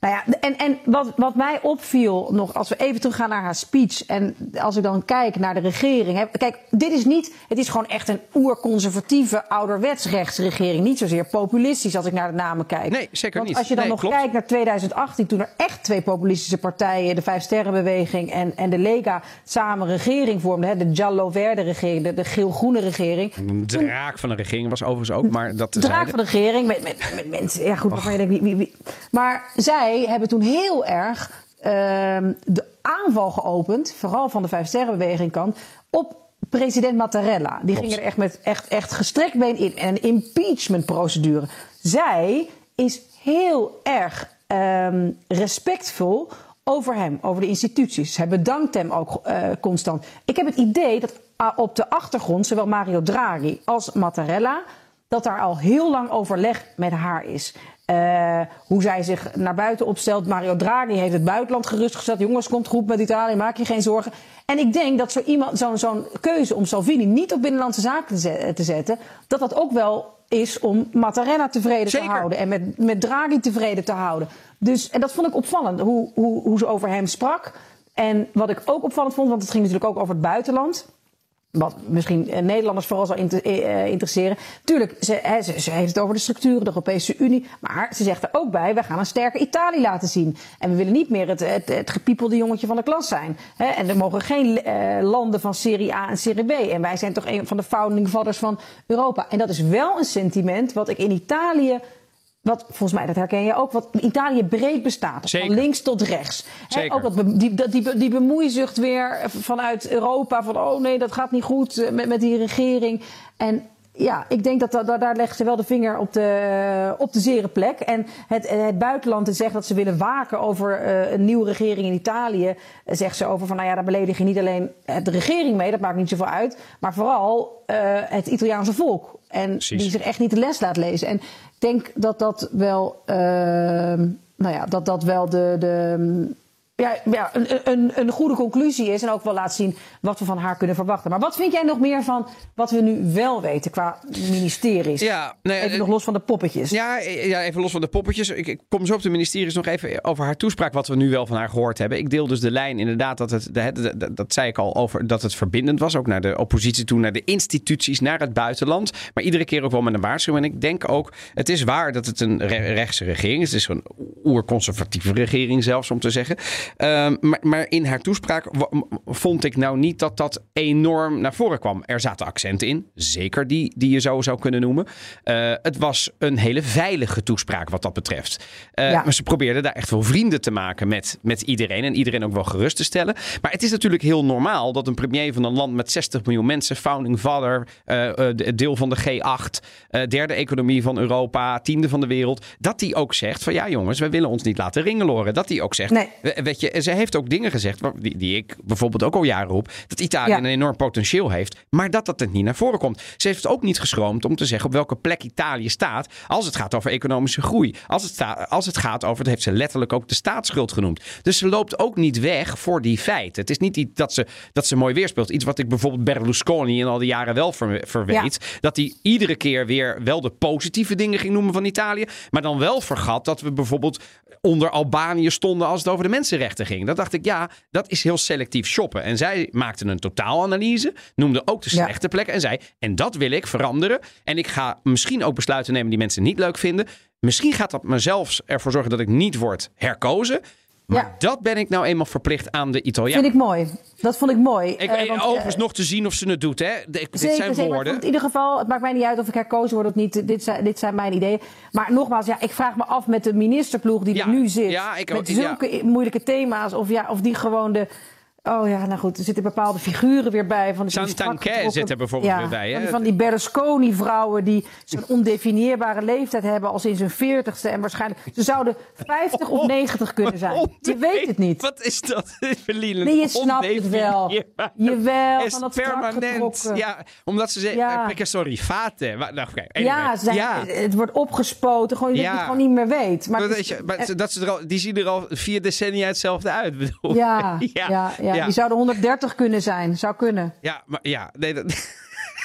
Nou ja, en, en wat, wat mij opviel nog, als we even teruggaan naar haar speech en als ik dan kijk naar de regering. Hè, kijk, dit is niet, het is gewoon echt een oerconservatieve, ouderwets rechtsregering. Niet zozeer populistisch als ik naar de namen kijk. Nee, zeker Want niet. als je dan nee, nog klopt. kijkt naar twintig achttien, toen er echt twee populistische partijen, de Vijfsterrenbeweging en, en de Lega, samen regering vormden. Hè, de Giallo-Verde regering, de, de geel-groene regering. Een draak van de regering was overigens ook, maar dat De draak van de regering, met, met, met mensen, ja goed, waarvan je denkt, wie, wie, wie. Maar zij hebben toen heel erg uh, de aanval geopend, vooral van de Vijfsterrenbeweging kant, op president Mattarella. Die Klopt. ging er echt met echt, echt gestrekt been in. En een impeachmentprocedure. Zij is heel erg um, respectvol over hem, over de instituties. Zij bedankt hem ook uh, constant. Ik heb het idee dat uh, op de achtergrond, zowel Mario Draghi als Mattarella, dat daar al heel lang overleg met haar is. Uh, hoe zij zich naar buiten opstelt. Mario Draghi heeft het buitenland gerustgesteld. Jongens, komt goed met Italië, maak je geen zorgen. En ik denk dat zo iemand, zo'n, zo'n keuze om Salvini niet op binnenlandse zaken te zetten, dat dat ook wel is om Mattarella tevreden Zeker. te houden. En met, met Draghi tevreden te houden. Dus, en dat vond ik opvallend, hoe, hoe, hoe ze over hem sprak. En wat ik ook opvallend vond, want het ging natuurlijk ook over het buitenland. Wat misschien Nederlanders vooral zou inter- uh, interesseren. Tuurlijk, ze, he, ze, ze heeft het over de structuren, de Europese Unie. Maar ze zegt er ook bij, wij gaan een sterke Italië laten zien. En we willen niet meer het, het, het gepiepelde jongetje van de klas zijn. He, en er mogen geen uh, landen van serie A en serie B. En wij zijn toch een van de founding fathers van Europa. En dat is wel een sentiment wat ik in Italië, wat volgens mij, dat herken je ook, wat in Italië breed bestaat. Zeker. Van links tot rechts. Zeker. He, ook dat be, die, die, die bemoeizucht weer vanuit Europa. Van oh nee, dat gaat niet goed met, met die regering. En ja, ik denk dat, dat daar legt ze wel de vinger op de, op de zere plek. En het, het buitenland zegt dat ze willen waken over uh, een nieuwe regering in Italië. Zegt ze over van nou ja, daar beledig je niet alleen de regering mee. Dat maakt niet zoveel uit. Maar vooral uh, het Italiaanse volk. En Precies. die zich echt niet de les laat lezen. En ik denk dat dat wel, uh, nou ja, dat dat wel de, de ja, ja, een, een, een goede conclusie is. En ook wel laat zien wat we van haar kunnen verwachten. Maar wat vind jij nog meer van wat we nu wel weten qua ministeries? Ja, nee, even nog los van de poppetjes. Ja, ja, even los van de poppetjes. Ik, ik kom zo op de ministeries nog even over haar toespraak, wat we nu wel van haar gehoord hebben. Ik deel dus de lijn inderdaad, dat het, dat, dat, dat zei ik al, over dat het verbindend was. Ook naar de oppositie toe, naar de instituties, naar het buitenland. Maar iedere keer ook wel met een waarschuwing. En ik denk ook, het is waar dat het een re- rechtse regering is. Het is een oerconservatieve regering zelfs, om te zeggen. Um, maar, maar in haar toespraak w- vond ik nou niet dat dat enorm naar voren kwam. Er zaten accenten in, zeker die, die je zo zou kunnen noemen. Uh, het was een hele veilige toespraak wat dat betreft. Uh, Ja. Maar ze probeerden daar echt wel vrienden te maken met, met iedereen. En iedereen ook wel gerust te stellen. Maar het is natuurlijk heel normaal dat een premier van een land met zestig miljoen mensen, founding father, uh, uh, deel van de G acht, uh, derde economie van Europa, tiende van de wereld, dat die ook zegt van ja jongens, we willen ons niet laten ringeloren. Dat die ook zegt, Nee. weet je, ze heeft ook dingen gezegd die, die ik bijvoorbeeld ook al jaren roep, dat Italië Ja. een enorm potentieel heeft, maar dat dat er niet naar voren komt. Ze heeft ook niet geschroomd om te zeggen op welke plek Italië staat als het gaat over economische groei. Als het, sta, als het gaat over, dat heeft ze letterlijk ook de staatsschuld genoemd. Dus ze loopt ook niet weg voor die feiten. Het is niet iets dat ze, dat ze mooi weerspeelt. Iets wat ik bijvoorbeeld Berlusconi in al die jaren wel ver, verweet. Ja. Dat hij iedere keer weer wel de positieve dingen ging noemen van Italië, maar dan wel vergat dat we bijvoorbeeld onder Albanië stonden als het over de mensenrechten ging. Dat dacht ik, ja, dat is heel selectief shoppen. En zij maakte een totaalanalyse, noemde ook de slechte ja. plekken en zei, en dat wil ik veranderen. En ik ga misschien ook besluiten nemen die mensen niet leuk vinden. Misschien gaat dat me zelfs ervoor zorgen dat ik niet word herkozen. Maar ja. dat ben ik nou eenmaal verplicht aan de Italianen. Vind ik mooi. Dat vond ik mooi. Ik, uh, want, overigens uh, nog te zien of ze het doet, hè? De, zeker, dit zijn zeker, woorden. In ieder geval, het maakt mij niet uit of ik herkozen word of niet. Dit zijn, dit zijn mijn ideeën. Maar nogmaals, ja, ik vraag me af met de ministerploeg die ja, er nu zit. Ja, ik, met zulke ja. moeilijke thema's. Of, ja, of die gewoon de... Oh ja, nou goed, er zitten bepaalde figuren weer bij. Van Santanchè zit er bijvoorbeeld ja, weer bij. Hè? Van die, van die Berlusconi-vrouwen die zo'n ondefinieerbare leeftijd hebben als in zijn veertigste. En waarschijnlijk, ze zouden vijftig of negentig kunnen zijn. Je weet het niet. Wat is dat? Verlielend. Nee, je snapt het wel. Jawel, van dat permanent. Ja, omdat ze zeggen, ja. perché sorry, fate. Nou, okay, anyway. ja, zijn, ja, het wordt opgespoten, gewoon, dat ja. je het gewoon niet meer weet. Maar, dat, is, je, maar echt... dat ze er al, die zien er al vier decennia hetzelfde uit. Bedoel. Ja, ja, ja. ja. Ja. Die zouden honderddertig kunnen zijn. Zou kunnen. Ja, maar ja. Nee, dat...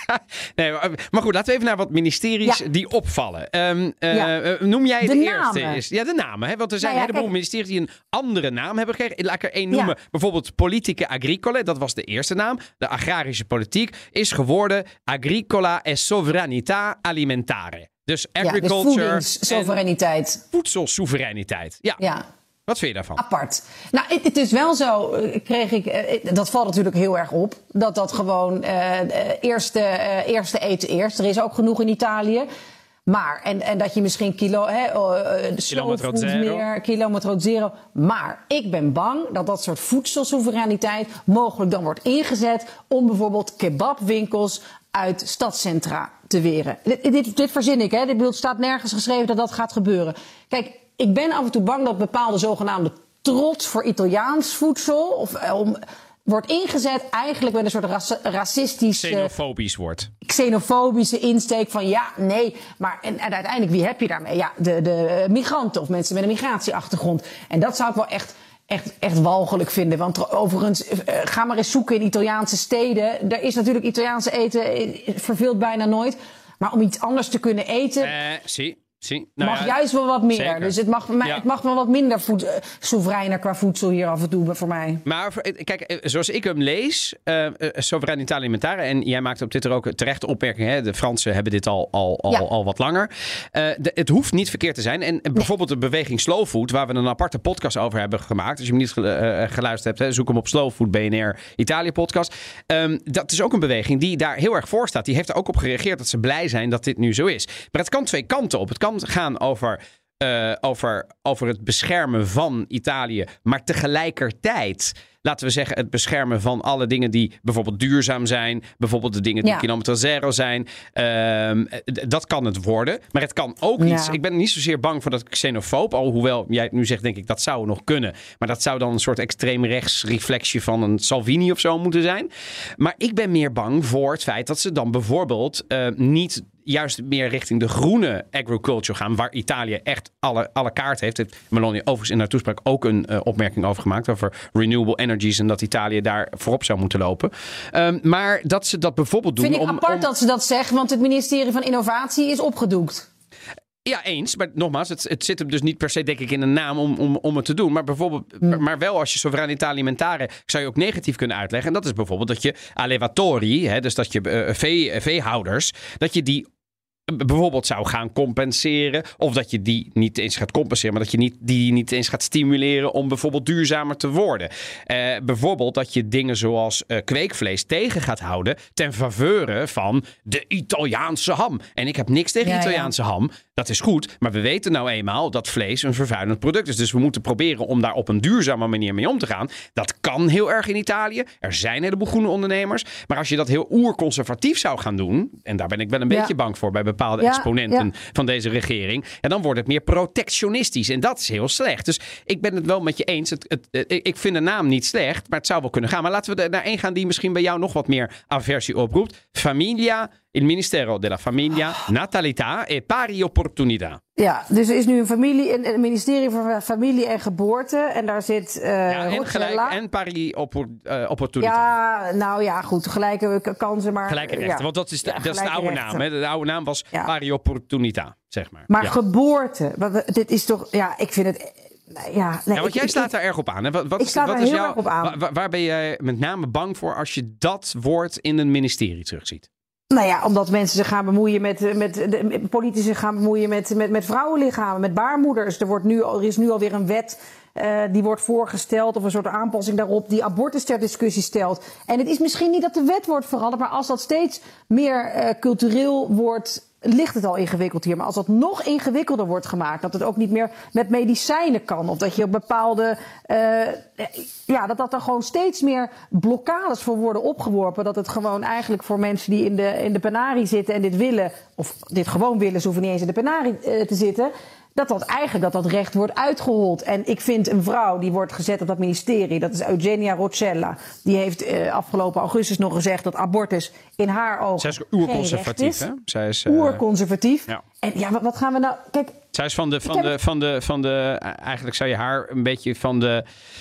nee, maar goed, laten we even naar wat ministeries ja. die opvallen. Um, uh, ja. Noem jij de, de eerste? Is, ja, de namen. Hè? Want er zijn nou ja, een heleboel kijk. ministeries die een andere naam hebben gekregen. Laat ik er één noemen. Ja. Bijvoorbeeld Politiche Agricole, dat was de eerste naam. De agrarische politiek is geworden Agricola e Sovranità Alimentare. Dus agriculture ja, dus voedingssoevereiniteit. Voedselsoevereiniteit. Ja. ja. Wat vind je daarvan? Apart. Nou, het, het is wel zo, kreeg ik, dat valt natuurlijk heel erg op, dat dat gewoon uh, eerste, uh, eerste eten eerst. Er is ook genoeg in Italië. Maar, en, en dat je misschien kilo, hè, uh, kilometro zero. meer, kilometro zero. Maar ik ben bang dat dat soort voedselsoevereiniteit mogelijk dan wordt ingezet om bijvoorbeeld kebabwinkels uit stadscentra te weren. Dit, dit, dit verzin ik, hè. Dit beeld staat nergens geschreven dat dat gaat gebeuren. Kijk, ik ben af en toe bang dat bepaalde zogenaamde trots voor Italiaans voedsel of eh, om, wordt ingezet eigenlijk met een soort raci- racistische... Xenofobisch wordt. Xenofobische insteek van ja, nee. Maar en, en uiteindelijk, wie heb je daarmee? Ja, de, de migranten of mensen met een migratieachtergrond. En dat zou ik wel echt... Echt, echt walgelijk vinden. Want overigens, uh, ga maar eens zoeken in Italiaanse steden. Er is natuurlijk Italiaanse eten, verveelt bijna nooit. Maar om iets anders te kunnen eten... Uh, zie. Zie, nou mag ja, juist wel wat meer. Zeker. Dus het mag, ja. het mag wel wat minder voed, uh, soevereiner qua voedsel hier af en toe voor mij. Maar kijk, zoals ik hem lees, uh, uh, Sovranità Alimentare, en jij maakt op Twitter ook terecht de opmerking, hè, de Fransen hebben dit al, al, al, ja. al wat langer. Uh, de, het hoeft niet verkeerd te zijn. En nee. bijvoorbeeld de beweging Slow Food, waar we een aparte podcast over hebben gemaakt. Als je hem niet uh, geluisterd hebt, hè, zoek hem op Slow Food B N R Italië podcast. Um, dat is ook een beweging die daar heel erg voor staat. Die heeft er ook op gereageerd dat ze blij zijn dat dit nu zo is. Maar het kan twee kanten op. Het kan gaan over, uh, over, over het beschermen van Italië, maar tegelijkertijd, laten we zeggen, het beschermen van alle dingen die bijvoorbeeld duurzaam zijn, bijvoorbeeld de dingen die ja. kilometer zero zijn. Uh, dat kan het worden, maar het kan ook iets. Ja. Ik ben niet zozeer bang voor dat xenofoob, alhoewel jij nu zegt, denk ik, dat zou nog kunnen. Maar dat zou dan een soort extreem rechts reflectie van een Salvini of zo moeten zijn. Maar ik ben meer bang voor het feit dat ze dan bijvoorbeeld uh, niet juist meer richting de groene agriculture gaan, waar Italië echt alle, alle kaart heeft. Heeft Meloni overigens in haar toespraak ook een uh, opmerking over gemaakt, over renewable energies en dat Italië daar voorop zou moeten lopen. Um, maar dat ze dat bijvoorbeeld doen... Vind ik om, apart om... dat ze dat zegt, want het ministerie van Innovatie is opgedoekt. Ja, eens. Maar nogmaals, het, het zit hem dus niet per se, denk ik, in een naam om, om, om het te doen. Maar bijvoorbeeld, hmm. maar wel als je Sovranità Alimentare zou je ook negatief kunnen uitleggen. En dat is bijvoorbeeld dat je allevatori, hè, dus dat je uh, vee, veehouders, dat je die bijvoorbeeld zou gaan compenseren. Of dat je die niet eens gaat compenseren, maar dat je niet, die niet eens gaat stimuleren om bijvoorbeeld duurzamer te worden. Uh, bijvoorbeeld dat je dingen zoals uh, kweekvlees tegen gaat houden ten faveur van de Italiaanse ham. En ik heb niks tegen ja, Italiaanse ja. ham. Dat is goed, maar we weten nou eenmaal dat vlees een vervuilend product is. Dus we moeten proberen om daar op een duurzame manier mee om te gaan. Dat kan heel erg in Italië. Er zijn een heleboel groene ondernemers. Maar als je dat heel oerconservatief zou gaan doen, en daar ben ik wel een ja. beetje bang voor bij bepaalde ja, exponenten ja. van deze regering, en dan wordt het meer protectionistisch. En dat is heel slecht. Dus ik ben het wel met je eens. Het, het, het, ik vind de naam niet slecht, maar het zou wel kunnen gaan. Maar laten we er naar één gaan die misschien bij jou nog wat meer aversie oproept. Familia, il Ministero della Famiglia, Natalità e Pari Opportunità. Ja, dus er is nu een, familie, een, een ministerie voor familie en geboorte. En daar zit uh, ja, en, gelijk, en Pari oppor, uh, Opportunità. Ja, nou ja, goed. Gelijke kansen, maar... Gelijke rechten, ja. want dat is de, ja, dat is de oude rechten. naam. Hè? De oude naam was ja. Pari Opportunità, zeg maar. Maar ja. geboorte, wat, dit is toch... Ja, ik vind het... Ja, nee, ja, want jij ik, staat ik, daar erg op aan. Hè? Wat, wat, ik sta wat daar is heel jouw, erg op aan. Waar, waar ben jij met name bang voor als je dat woord in een ministerie terugziet? Nou ja, omdat mensen zich gaan bemoeien met, met de politici gaan bemoeien met, met, met vrouwenlichamen, met baarmoeders. Er, wordt nu, er is nu alweer een wet uh, die wordt voorgesteld, of een soort aanpassing daarop, die abortus ter discussie stelt. En het is misschien niet dat de wet wordt veranderd, maar als dat steeds meer uh, cultureel wordt, ligt het al ingewikkeld hier. Maar als dat nog ingewikkelder wordt gemaakt, dat het ook niet meer met medicijnen kan, of dat je op bepaalde, uh, ja, dat dat er gewoon steeds meer blokkades voor worden opgeworpen, dat het gewoon eigenlijk voor mensen die in de, in de penarie zitten en dit willen, of dit gewoon willen, ze hoeven niet eens in de penarie uh, te zitten, dat dat eigenlijk dat dat recht wordt uitgehold. En ik vind een vrouw die wordt gezet op dat ministerie, dat is Eugenia Roccella, die heeft uh, afgelopen augustus nog gezegd dat abortus in haar ogen Zij is oerconservatief, hè? Zij is uh, oerconservatief. Ja. En ja, wat, wat gaan we nou... Kijk, zij is van de, van de, van de, van de, eigenlijk zou je haar een beetje van de...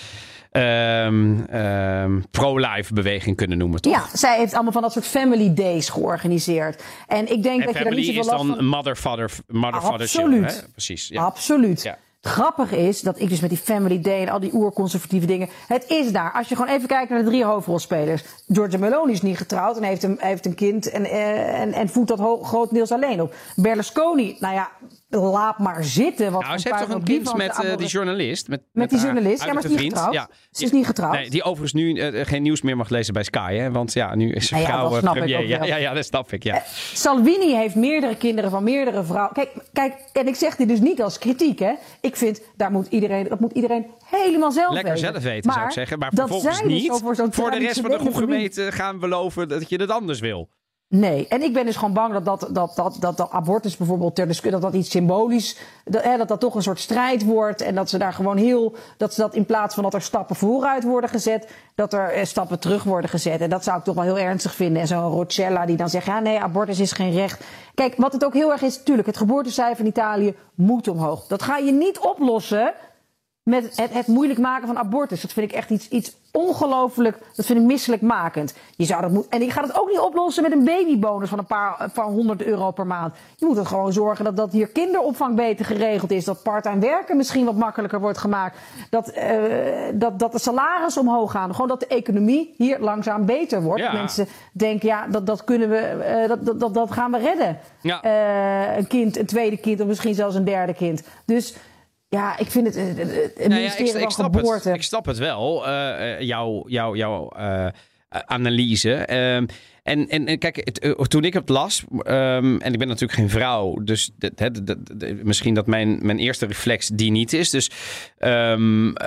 um, um, pro-life beweging kunnen noemen, toch? Ja, zij heeft allemaal van dat soort family days georganiseerd. En ik denk en dat je daar niet zoveel last van... last van... mother, father, mother, father, Absoluut. children. Hè? Precies. Ja. Absoluut. Ja. Het grappige is dat ik dus met die family day en al die oerconservatieve dingen... Het is daar. Als je gewoon even kijkt naar de drie hoofdrolspelers. Giorgia Meloni is niet getrouwd en heeft een, heeft een kind en, uh, en, en voedt dat ho- grotendeels alleen op. Berlusconi, nou ja, laat maar zitten. Wat Nou, ze heeft toch een kind met uh, die journalist? Met, met, met die journalist, ja, maar ze is niet vriend. getrouwd. Ja. Ze is niet getrouwd. Nee, die overigens nu uh, geen nieuws meer mag lezen bij Sky, hè? Want ja, nu is ze nou ja, vrouw dat snap premier. ik ook Ja, wel. ja, ja, dat snap ik, ja. Uh, Salvini heeft meerdere kinderen van meerdere vrouwen. Kijk, kijk, en ik zeg dit dus niet als kritiek, hè. Ik vind, daar moet iedereen, dat moet iedereen helemaal zelf Lekker weten. zelf weten, maar, zou ik zeggen. Maar dat vervolgens zij dus niet. over zo'n Voor de rest van de groep familie- gemeente gaan beloven dat je het anders wil. Nee, en ik ben dus gewoon bang dat dat, dat, dat, dat, dat abortus bijvoorbeeld ter discussie, dat dat iets symbolisch, dat, hè, dat dat toch een soort strijd wordt en dat ze daar gewoon heel, dat ze dat in plaats van dat er stappen vooruit worden gezet, dat er eh, stappen terug worden gezet. En dat zou ik toch wel heel ernstig vinden. En zo'n Roccella die dan zegt, ja nee, abortus is geen recht. Kijk, wat het ook heel erg is, natuurlijk, het geboortecijfer in Italië moet omhoog. Dat ga je niet oplossen met het, het moeilijk maken van abortus. Dat vind ik echt iets, iets ongelooflijk, dat vind ik misselijkmakend. Je zou dat moet, en je gaat het ook niet oplossen met een babybonus van een paar van honderd euro per maand. Je moet er gewoon zorgen dat, dat hier kinderopvang beter geregeld is. Dat part-time werken misschien wat makkelijker wordt gemaakt. Dat, uh, dat, dat de salarissen omhoog gaan. Gewoon dat de economie hier langzaam beter wordt. Ja. Mensen denken, ja, dat, dat kunnen we, uh, dat, dat, dat, dat gaan we redden. Ja. Uh, een kind, een tweede kind of misschien zelfs een derde kind. Dus ja, ik vind het het, het Nou ja, ministerie ik, ik, van snap geboorte. het, ik snap het wel, uh, jouw jou, jou, uh, analyse. Um, en, en, en kijk, het, uh, toen ik het las, um, en ik ben natuurlijk geen vrouw, dus de, de, de, de, misschien dat mijn, mijn eerste reflex die niet is. Dus um, uh,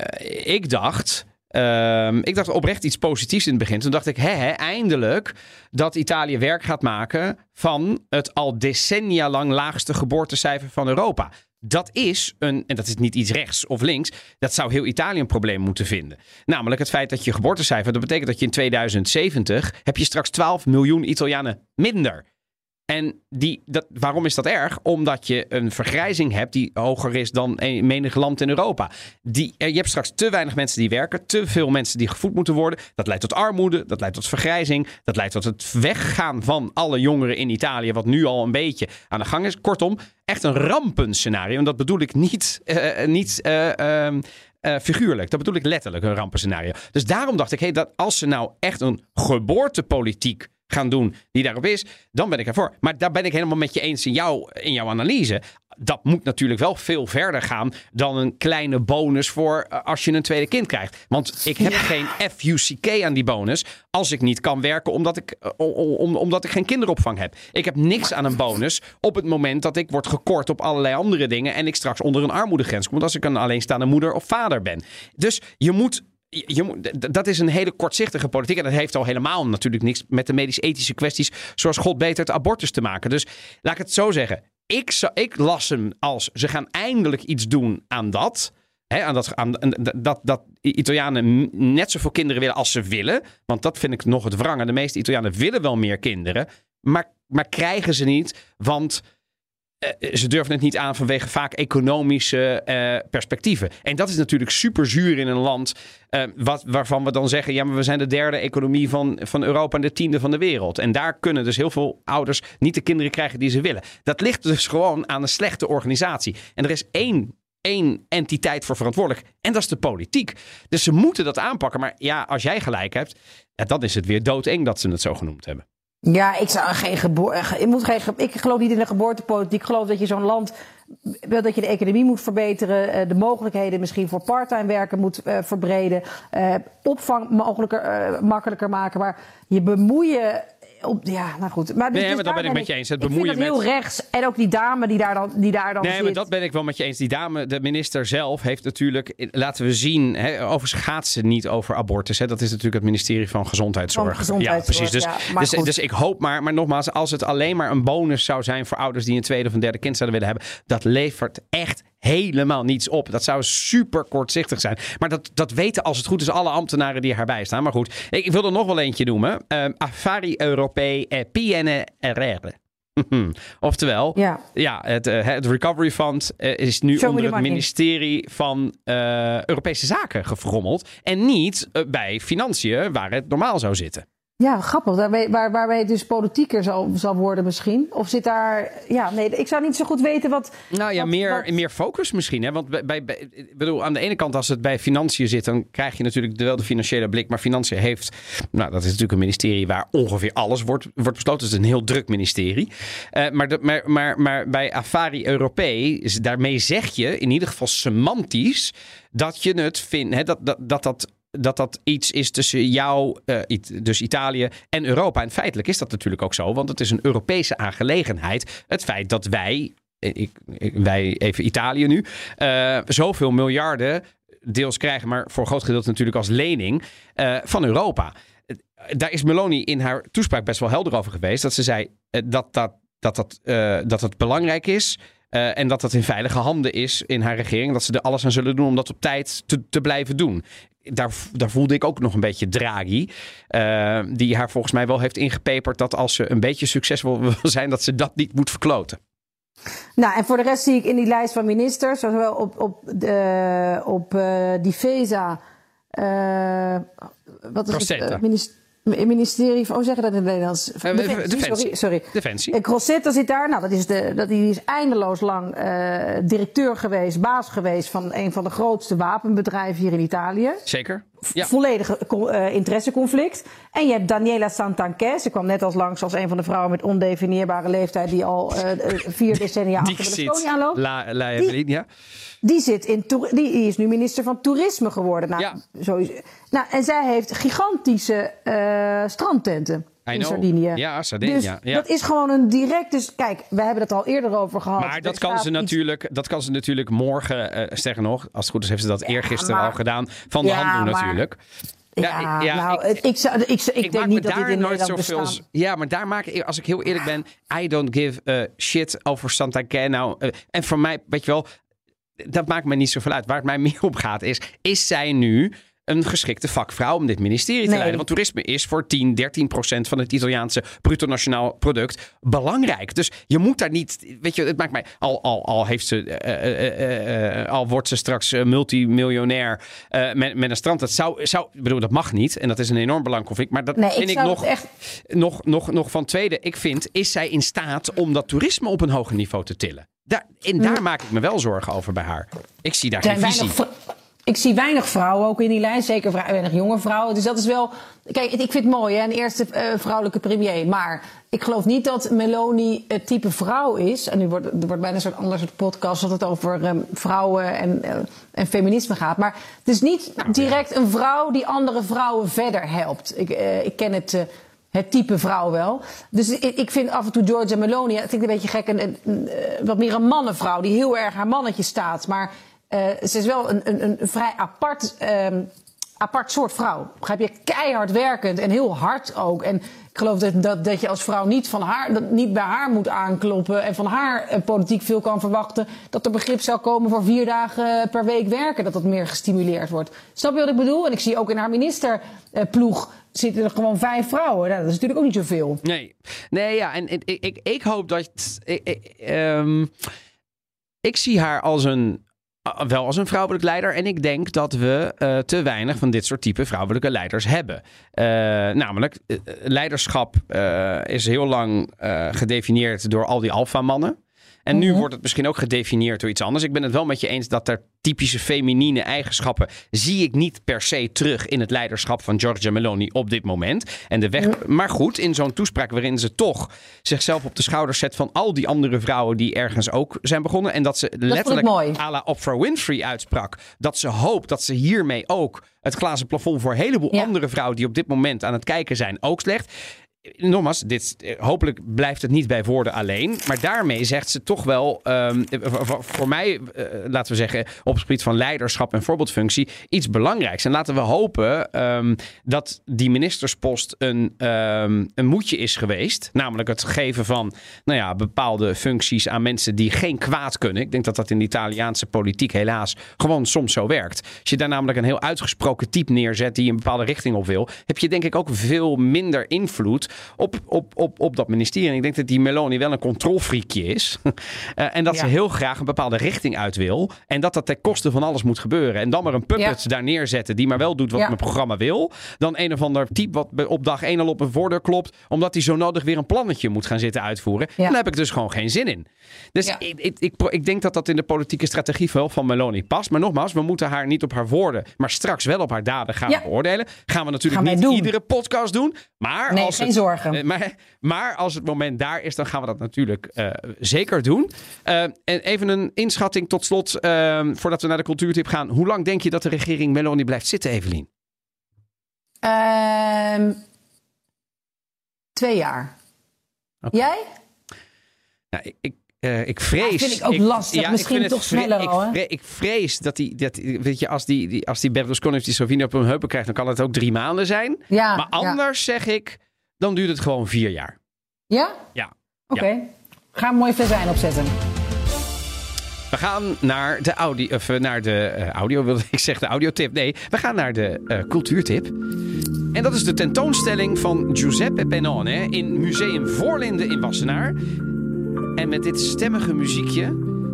ik dacht... Um, ik dacht oprecht iets positiefs in het begin. Toen dacht ik, hè, hè, eindelijk dat Italië werk gaat maken van het al decennia lang laagste geboortecijfer van Europa. Dat is een, en dat is niet iets rechts of links, dat zou heel Italië een probleem moeten vinden. Namelijk het feit dat je geboortecijfer, dat betekent dat je in tweeduizend zeventig heb je straks twaalf miljoen Italianen minder. En die, dat, waarom is dat erg? Omdat je een vergrijzing hebt die hoger is dan een, menig land in Europa. Die, je hebt straks te weinig mensen die werken, te veel mensen die gevoed moeten worden. Dat leidt tot armoede, dat leidt tot vergrijzing, dat leidt tot het weggaan van alle jongeren in Italië, wat nu al een beetje aan de gang is. Kortom, echt een rampenscenario. En dat bedoel ik niet, uh, niet uh, uh, uh, figuurlijk. Dat bedoel ik letterlijk, een rampenscenario. Dus daarom dacht ik, hey, dat als ze nou echt een geboortepolitiek gaan doen die daarop is, dan ben ik ervoor. Maar daar ben ik helemaal met je eens in, jou, in jouw analyse. Dat moet natuurlijk wel veel verder gaan dan een kleine bonus voor uh, als je een tweede kind krijgt. Want ik heb ja. geen F U C K aan die bonus als ik niet kan werken omdat ik, uh, om, omdat ik geen kinderopvang heb. Ik heb niks aan een bonus op het moment dat ik word gekort op allerlei andere dingen en ik straks onder een armoedegrens kom als ik een alleenstaande moeder of vader ben. Dus je moet Je, dat is een hele kortzichtige politiek. En dat heeft al helemaal natuurlijk niks met de medisch-ethische kwesties zoals God beter het abortus te maken. Dus laat ik het zo zeggen. Ik, ik las hem als ze gaan eindelijk iets doen aan dat. Hè, aan dat, aan, dat, dat Italianen net zoveel kinderen willen als ze willen. Want dat vind ik nog het wrange. De meeste Italianen willen wel meer kinderen. Maar, maar krijgen ze niet. Want Uh, ze durven het niet aan vanwege vaak economische uh, perspectieven. En dat is natuurlijk super zuur in een land uh, wat, waarvan we dan zeggen, ja, maar we zijn de derde economie van, van Europa en de tiende van de wereld. En daar kunnen dus heel veel ouders niet de kinderen krijgen die ze willen. Dat ligt dus gewoon aan een slechte organisatie. En er is één, één entiteit voor verantwoordelijk en dat is de politiek. Dus ze moeten dat aanpakken. Maar ja, als jij gelijk hebt, ja, dan is het weer doodeng dat ze het zo genoemd hebben. Ja, ik zou geen geboorte. Ik, moet geen, ik geloof niet in de geboortepolitiek. Ik geloof dat je zo'n land, dat je de economie moet verbeteren, de mogelijkheden misschien voor parttime werken moet uh, verbreden, uh, opvang mogelijker, uh, makkelijker maken. Maar je bemoeien. Op, ja, nou goed. Maar, dus, nee, dus maar dat ben ik met je eens. Het bemoeien ik vind dat met heel rechts. En ook die dame die daar dan, die daar dan nee, zit. Nee, maar dat ben ik wel met je eens. Die dame, de minister zelf, heeft natuurlijk, laten we zien, hè, overigens gaat ze niet over abortus. Hè. Dat is natuurlijk het ministerie van Gezondheidszorg. Van Gezondheidszorg, ja, precies. Dus, ja, dus, dus ik hoop maar, maar nogmaals, als het alleen maar een bonus zou zijn voor ouders die een tweede of een derde kind zouden willen hebben, dat levert echt helemaal niets op. Dat zou super kortzichtig zijn. Maar dat, dat weten als het goed is alle ambtenaren die erbij staan. Maar goed, ik, ik wil er nog wel eentje noemen. Uh, Affari Europei e P N R R. Oftewel, ja. Ja, het, uh, het Recovery Fund uh, is nu Show onder het money. ministerie van uh, Europese Zaken gefrommeld. En niet uh, bij Financiën, waar het normaal zou zitten. Ja, grappig. Waarbij, waar, waarbij het dus politieker zal, zal worden misschien. Of zit daar... Ja, nee, ik zou niet zo goed weten wat... Nou ja, wat, meer, wat... meer focus misschien. Hè? Want bij, bij, ik bedoel, aan de ene kant als het bij Financiën zit... dan krijg je natuurlijk wel de financiële blik. Maar Financiën heeft... Nou, dat is natuurlijk een ministerie waar ongeveer alles wordt, wordt besloten. Het is een heel druk ministerie. Uh, maar, de, maar, maar, maar bij Affari Europee, daarmee zeg je in ieder geval semantisch... dat je het vindt... Hè, dat dat... dat, dat dat dat iets is tussen jou, uh, dus Italië en Europa. En feitelijk is dat natuurlijk ook zo, want het is een Europese aangelegenheid. Het feit dat wij, ik, ik, wij even Italië nu, uh, zoveel miljarden deels krijgen, maar voor een groot gedeelte natuurlijk als lening uh, van Europa. Daar is Meloni in haar toespraak best wel helder over geweest. Dat ze zei uh, dat, dat, dat, dat, uh, dat het belangrijk is... Uh, en dat dat in veilige handen is in haar regering. Dat ze er alles aan zullen doen om dat op tijd te, te blijven doen. Daar, daar voelde ik ook nog een beetje Draghi. Uh, die haar volgens mij wel heeft ingepeperd dat als ze een beetje succesvol wil zijn, dat ze dat niet moet verkloten. Nou, en voor de rest zie ik in die lijst van ministers, zowel op, op, de, op uh, Difesa, uh, wat is Crocetta. het uh, ministerie? ministerie van, hoe zeggen dat in het Nederlands? Defensie. Defensie. Sorry. sorry. Defensie. Crocetta zit daar. Nou, dat is de, dat, die is eindeloos lang uh, directeur geweest, baas geweest van een van de grootste wapenbedrijven hier in Italië. Zeker. Ja. Volledige uh, interesseconflict. En je hebt Daniela Santanchè. Ze kwam net als langs als een van de vrouwen met ondefinieerbare leeftijd die al uh, vier decennia achter Berlusconi aanloopt. La, la die, ja. Die, zit in, die is nu minister van Toerisme geworden. Nou, ja. sowieso. Nou, en zij heeft gigantische uh, strandtenten I in know. Sardinië. Ja, Sardinië. Dus ja. dat is gewoon een direct... Dus kijk, we hebben het al eerder over gehad. Maar dat kan, ze natuurlijk, iets... dat kan ze natuurlijk morgen, uh, sterker nog, als het goed is heeft ze dat ja, eergisteren maar... al gedaan, van de ja, hand doen maar... natuurlijk. Ja, ja, ja, nou, ik, ik, zou, ik, ik, ik denk niet dat dit in nooit Nederland zoveel. Ja, maar daar maak ik, als ik heel eerlijk ben, I don't give a shit over Santanchè. Nou, uh, en voor mij, weet je wel, dat maakt me niet zoveel uit. Waar het mij meer om gaat is, is zij nu een geschikte vakvrouw om dit ministerie te nee. leiden? Want toerisme is voor tien, dertien procent van het Italiaanse bruto nationaal product belangrijk. Dus je moet daar niet, weet je, het maakt mij, al, al, al heeft ze, uh, uh, uh, uh, al wordt ze straks uh, multimiljonair uh, met, met een strand. Dat zou, zou, ik bedoel, dat mag niet. En dat is een enorm belangenconflict. Maar dat nee, vind ik, ik nog, echt... nog, nog, nog van tweede. Ik vind, is zij in staat om dat toerisme op een hoger niveau te tillen? Daar, en daar hm. maak ik me wel zorgen over bij haar. Ik zie daar geen visie. Ik zie weinig vrouwen ook in die lijst. Zeker weinig jonge vrouwen. Dus dat is wel... Kijk, ik vind het mooi, hè, een eerste uh, vrouwelijke premier. Maar ik geloof niet dat Meloni het type vrouw is. En nu wordt er wordt bijna een soort ander soort podcast dat het over um, vrouwen en, uh, en feminisme gaat. Maar het is niet nou, direct ja. een vrouw die andere vrouwen verder helpt. Ik, uh, ik ken het... Uh, Het type vrouw wel. Dus ik, ik vind af en toe Giorgia Meloni, dat vind ik een beetje gek, een, een, een, wat meer een mannenvrouw die heel erg haar mannetje staat. Maar uh, ze is wel een, een, een vrij apart, um, apart soort vrouw. Begrijp je? Keihard werkend en heel hard ook. En ik geloof dat, dat, dat je als vrouw niet, van haar, dat niet bij haar moet aankloppen en van haar uh, politiek veel kan verwachten. Dat er begrip zou komen voor vier dagen per week werken. Dat dat meer gestimuleerd wordt. Snap je wat ik bedoel? En ik zie ook in haar ministerploeg zitten er gewoon vijf vrouwen. Nou, dat is natuurlijk ook niet zoveel. Nee, nee ja, en ik, ik, ik hoop dat... Ik, ik, um, ik zie haar als een... wel als een vrouwelijk leider. En ik denk dat we uh, te weinig van dit soort type vrouwelijke leiders hebben. Uh, namelijk, uh, leiderschap uh, is heel lang uh, gedefinieerd door al die alfamannen. En nu wordt het misschien ook gedefinieerd door iets anders. Ik ben het wel met je eens dat er typische feminine eigenschappen zie ik niet per se terug in het leiderschap van Giorgia Meloni op dit moment. En de weg, maar goed, in zo'n toespraak waarin ze toch zichzelf op de schouders zet van al die andere vrouwen die ergens ook zijn begonnen. En dat ze dat letterlijk à la Oprah Winfrey uitsprak. Dat ze hoopt dat ze hiermee ook het glazen plafond voor een heleboel ja. andere vrouwen die op dit moment aan het kijken zijn ook slecht. Nogmaals, dit, hopelijk blijft het niet bij woorden alleen. Maar daarmee zegt ze toch wel, um, voor, voor mij, uh, laten we zeggen, op het gebied van leiderschap en voorbeeldfunctie, iets belangrijks. En laten we hopen um, dat die ministerspost een, um, een moedje is geweest. Namelijk het geven van nou ja, bepaalde functies aan mensen die geen kwaad kunnen. Ik denk dat dat in de Italiaanse politiek helaas gewoon soms zo werkt. Als je daar namelijk een heel uitgesproken type neerzet die een bepaalde richting op wil, heb je denk ik ook veel minder invloed op, op, op, op dat ministerie. En ik denk dat die Meloni wel een controlfreakje is. uh, en dat ja. ze heel graag een bepaalde richting uit wil. En dat dat ten koste van alles moet gebeuren. En dan maar een puppet ja. daar neerzetten die maar wel doet wat ja. mijn programma wil. Dan een of ander type wat op dag één al op een voordeur klopt. Omdat hij zo nodig weer een plannetje moet gaan zitten uitvoeren. Ja. Dan heb ik dus gewoon geen zin in. Dus ja. ik, ik, ik, ik denk dat dat in de politieke strategie wel van Meloni past. Maar nogmaals, we moeten haar niet op haar woorden, maar straks wel op haar daden gaan ja. beoordelen. Gaan we natuurlijk gaan niet doen. Iedere podcast doen. Maar nee, als geen het, zorgen. Maar, maar als het moment daar is, dan gaan we dat natuurlijk uh, zeker doen. Uh, en even een inschatting tot slot, uh, voordat we naar de cultuurtip gaan. Hoe lang denk je dat de regering Meloni blijft zitten, Evelien? Uh, twee jaar. Okay. Jij? Nou, ik... ik Uh, ik vrees... Dat vind ik ook ik, lastig. Ja, Misschien ik toch vre- sneller ik, al, hè? Ik vrees dat die... Dat, weet je, als die, die, als die Berlusconi of die Salvini op hun heupen krijgt, dan kan het ook drie maanden zijn. Ja, maar anders ja. zeg ik, dan duurt het gewoon vier jaar. Ja? Ja. Oké. Okay. Ja. Ga een mooi fazijn opzetten. We gaan naar de audio... Of naar de uh, audio, wilde ik zeggen, de audiotip. Nee, we gaan naar de uh, cultuurtip. En dat is de tentoonstelling van Giuseppe Pennone in Museum Voorlinden in Wassenaar. En met dit stemmige muziekje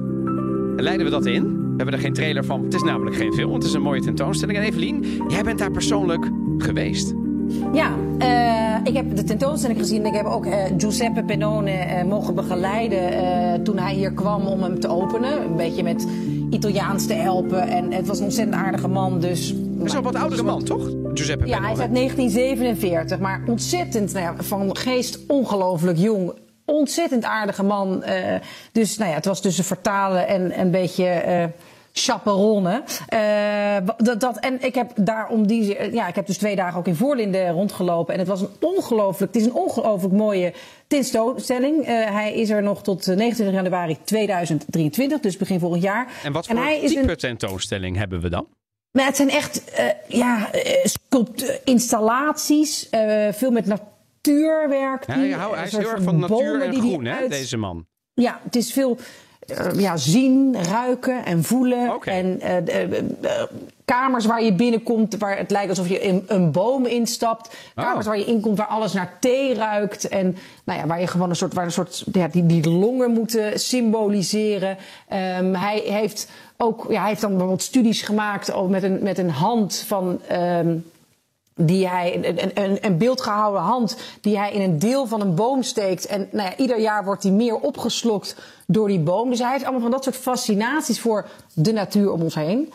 leiden we dat in. We hebben er geen trailer van. Het is namelijk geen film. Het is een mooie tentoonstelling. En Evelien, jij bent daar persoonlijk geweest. Ja, uh, ik heb de tentoonstelling gezien. Ik heb ook uh, Giuseppe Pennone uh, mogen begeleiden uh, toen hij hier kwam om hem te openen. Een beetje met Italiaans te helpen. En het was een ontzettend aardige man. Dus, hij is wel wat oudere man, toch? Giuseppe ja, Pennone. hij is uit negentien zevenenveertig. Maar ontzettend nou ja, van geest ongelooflijk jong. Ontzettend aardige man. Uh, dus nou ja, het was tussen vertalen en een beetje uh, chaperonnen. Uh, dat, dat, en ik heb daar om die... Ja, ik heb dus twee dagen ook in Voorlinden rondgelopen. En het was een ongelooflijk... Het is een ongelooflijk mooie tentoonstelling. Uh, hij is er nog tot negenentwintig januari tweeduizend drieëntwintig. Dus begin volgend jaar. En wat voor en hij type is een... tentoonstelling hebben we dan? Nou, het zijn echt uh, ja, uh, sculpt- installaties. Uh, veel met natuur. Natuurwerk. Ja, ja, hij is heel erg van natuur en groen, hè, uit... deze man. Ja, het is veel uh, ja, zien, ruiken en voelen. Okay. En uh, uh, uh, kamers waar je binnenkomt, waar het lijkt alsof je in een boom instapt. Kamers oh. waar je inkomt, waar alles naar thee ruikt. En nou ja, waar je gewoon een soort, waar een soort ja, die, die longen moeten symboliseren. Um, hij heeft ook, ja, hij heeft dan bijvoorbeeld studies gemaakt ook met een, met een hand van... Um, die hij, een, een, een beeldgehouden hand die hij in een deel van een boom steekt. En nou ja, ieder jaar wordt hij meer opgeslokt door die boom. Dus hij heeft allemaal van dat soort fascinaties voor de natuur om ons heen.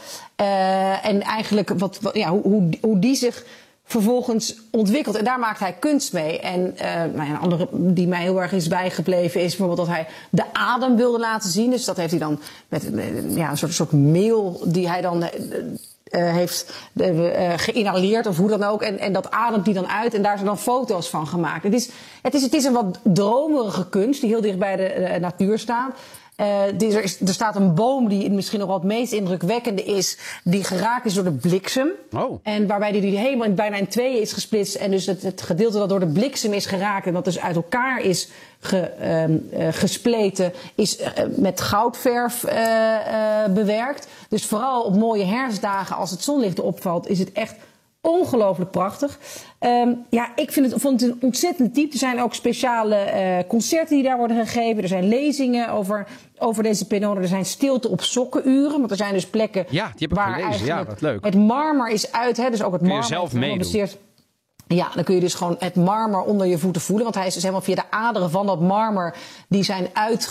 Uh, en eigenlijk wat, wat, ja, hoe, hoe, hoe die zich vervolgens ontwikkelt. En daar maakt hij kunst mee. En uh, nou ja, een andere die mij heel erg is bijgebleven is bijvoorbeeld dat hij de adem wilde laten zien. Dus dat heeft hij dan met ja, een soort, soort meel die hij dan... Uh, Uh, heeft uh, geïnhaleerd of hoe dan ook. En, en dat ademt hij dan uit en daar zijn dan foto's van gemaakt. Het is, het is, het is een wat dromerige kunst die heel dicht bij de uh, natuur staat. Uh, er, is, er staat een boom die misschien nog wel het meest indrukwekkende is, die geraakt is door de bliksem. Oh. En waarbij die, die helemaal bijna in tweeën is gesplitst. En dus het, het gedeelte dat door de bliksem is geraakt en dat dus uit elkaar is ge, uh, uh, gespleten, is uh, met goudverf uh, uh, bewerkt. Dus vooral op mooie herfstdagen als het zonlicht opvalt, is het echt ongelooflijk prachtig. Um, ja, ik vind het, vond het een ontzettend diep. Er zijn ook speciale uh, concerten die daar worden gegeven. Er zijn lezingen over, over deze Pennone. Er zijn stilte op sokkenuren. Want er zijn dus plekken ja, die heb ik waar gelezen. Ja, wat leuk. Het marmer is uit. Hè, dus ook het kun je marmer zelf meedoen. Ja, dan kun je dus gewoon het marmer onder je voeten voelen. Want hij is dus helemaal via de aderen van dat marmer, die zijn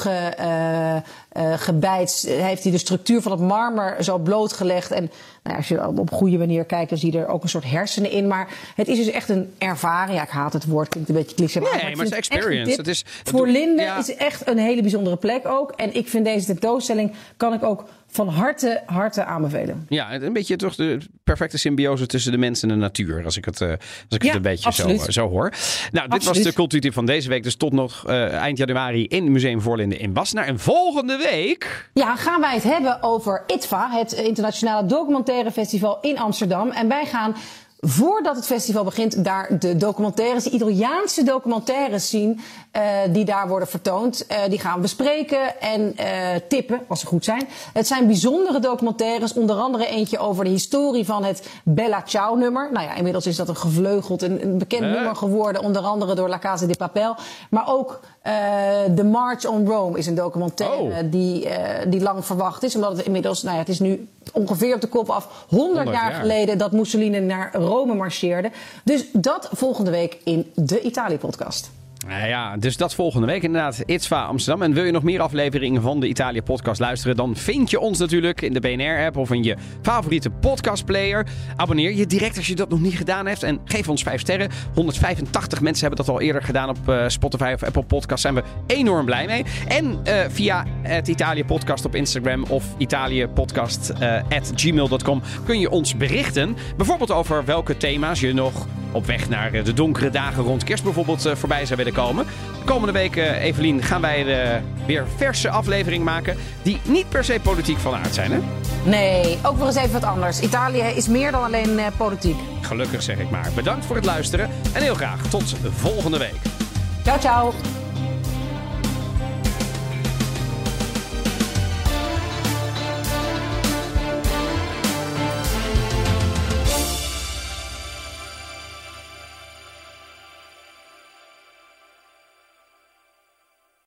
uitgebijtst, uh, uh, heeft hij de structuur van het marmer zo blootgelegd. En nou ja, als je op een goede manier kijkt, dan zie je er ook een soort hersenen in. Maar het is dus echt een ervaring. Ja, ik haat het woord, klinkt een beetje cliché. Nee, maar, maar het is een experience. Het is, Voorlinden ja. is echt een hele bijzondere plek ook. En ik vind deze tentoonstelling, kan ik ook van harte, harte aanbevelen. Ja, een beetje toch de perfecte symbiose tussen de mens en de natuur. Als ik het, uh, als ik ja, het een beetje zo, zo hoor. Nou, dit absoluut. was de cultuurtip van deze week. Dus tot nog uh, eind januari in Museum Voorlinden in Wassenaar. En volgende week... Ja, gaan wij het hebben over I T V A. Het Internationale Documentaire Festival in Amsterdam. En wij gaan voordat het festival begint, daar de documentaires, de Italiaanse documentaires zien, uh, die daar worden vertoond. Uh, die gaan we bespreken en uh, tippen, als ze goed zijn. Het zijn bijzondere documentaires, onder andere eentje over de historie van het Bella Ciao nummer. Nou ja, inmiddels is dat een gevleugeld, een, een bekend uh. nummer geworden, onder andere door La Casa di Papel. Maar ook uh, The March on Rome is een documentaire oh. die, uh, die lang verwacht is, omdat het inmiddels, nou ja, het is nu ongeveer op de kop af, honderd jaar geleden dat Mussolini naar Rome marcheerde. Dus dat volgende week in de Italië-podcast. Nou ja, dus dat volgende week inderdaad. Itzva Amsterdam. En wil je nog meer afleveringen van de Italië-podcast luisteren, dan vind je ons natuurlijk in de B N R-app of in je favoriete podcastplayer. Abonneer je direct als je dat nog niet gedaan hebt en geef ons vijf sterren. honderdvijfentachtig mensen hebben dat al eerder gedaan op uh, Spotify of Apple Podcasts. Zijn we enorm blij mee. En uh, via het Italië-podcast op Instagram of italiëpodcast uh, at gmail dot com kun je ons berichten. Bijvoorbeeld over welke thema's je nog op weg naar de donkere dagen rond kerst bijvoorbeeld uh, voorbij zou willen komen. De komende week, uh, Evelien, gaan wij de weer verse aflevering maken die niet per se politiek van aard zijn, hè? Nee, ook weer eens even wat anders. Italië is meer dan alleen uh, politiek. Gelukkig zeg ik maar. Bedankt voor het luisteren en heel graag tot volgende week. Ciao, ciao.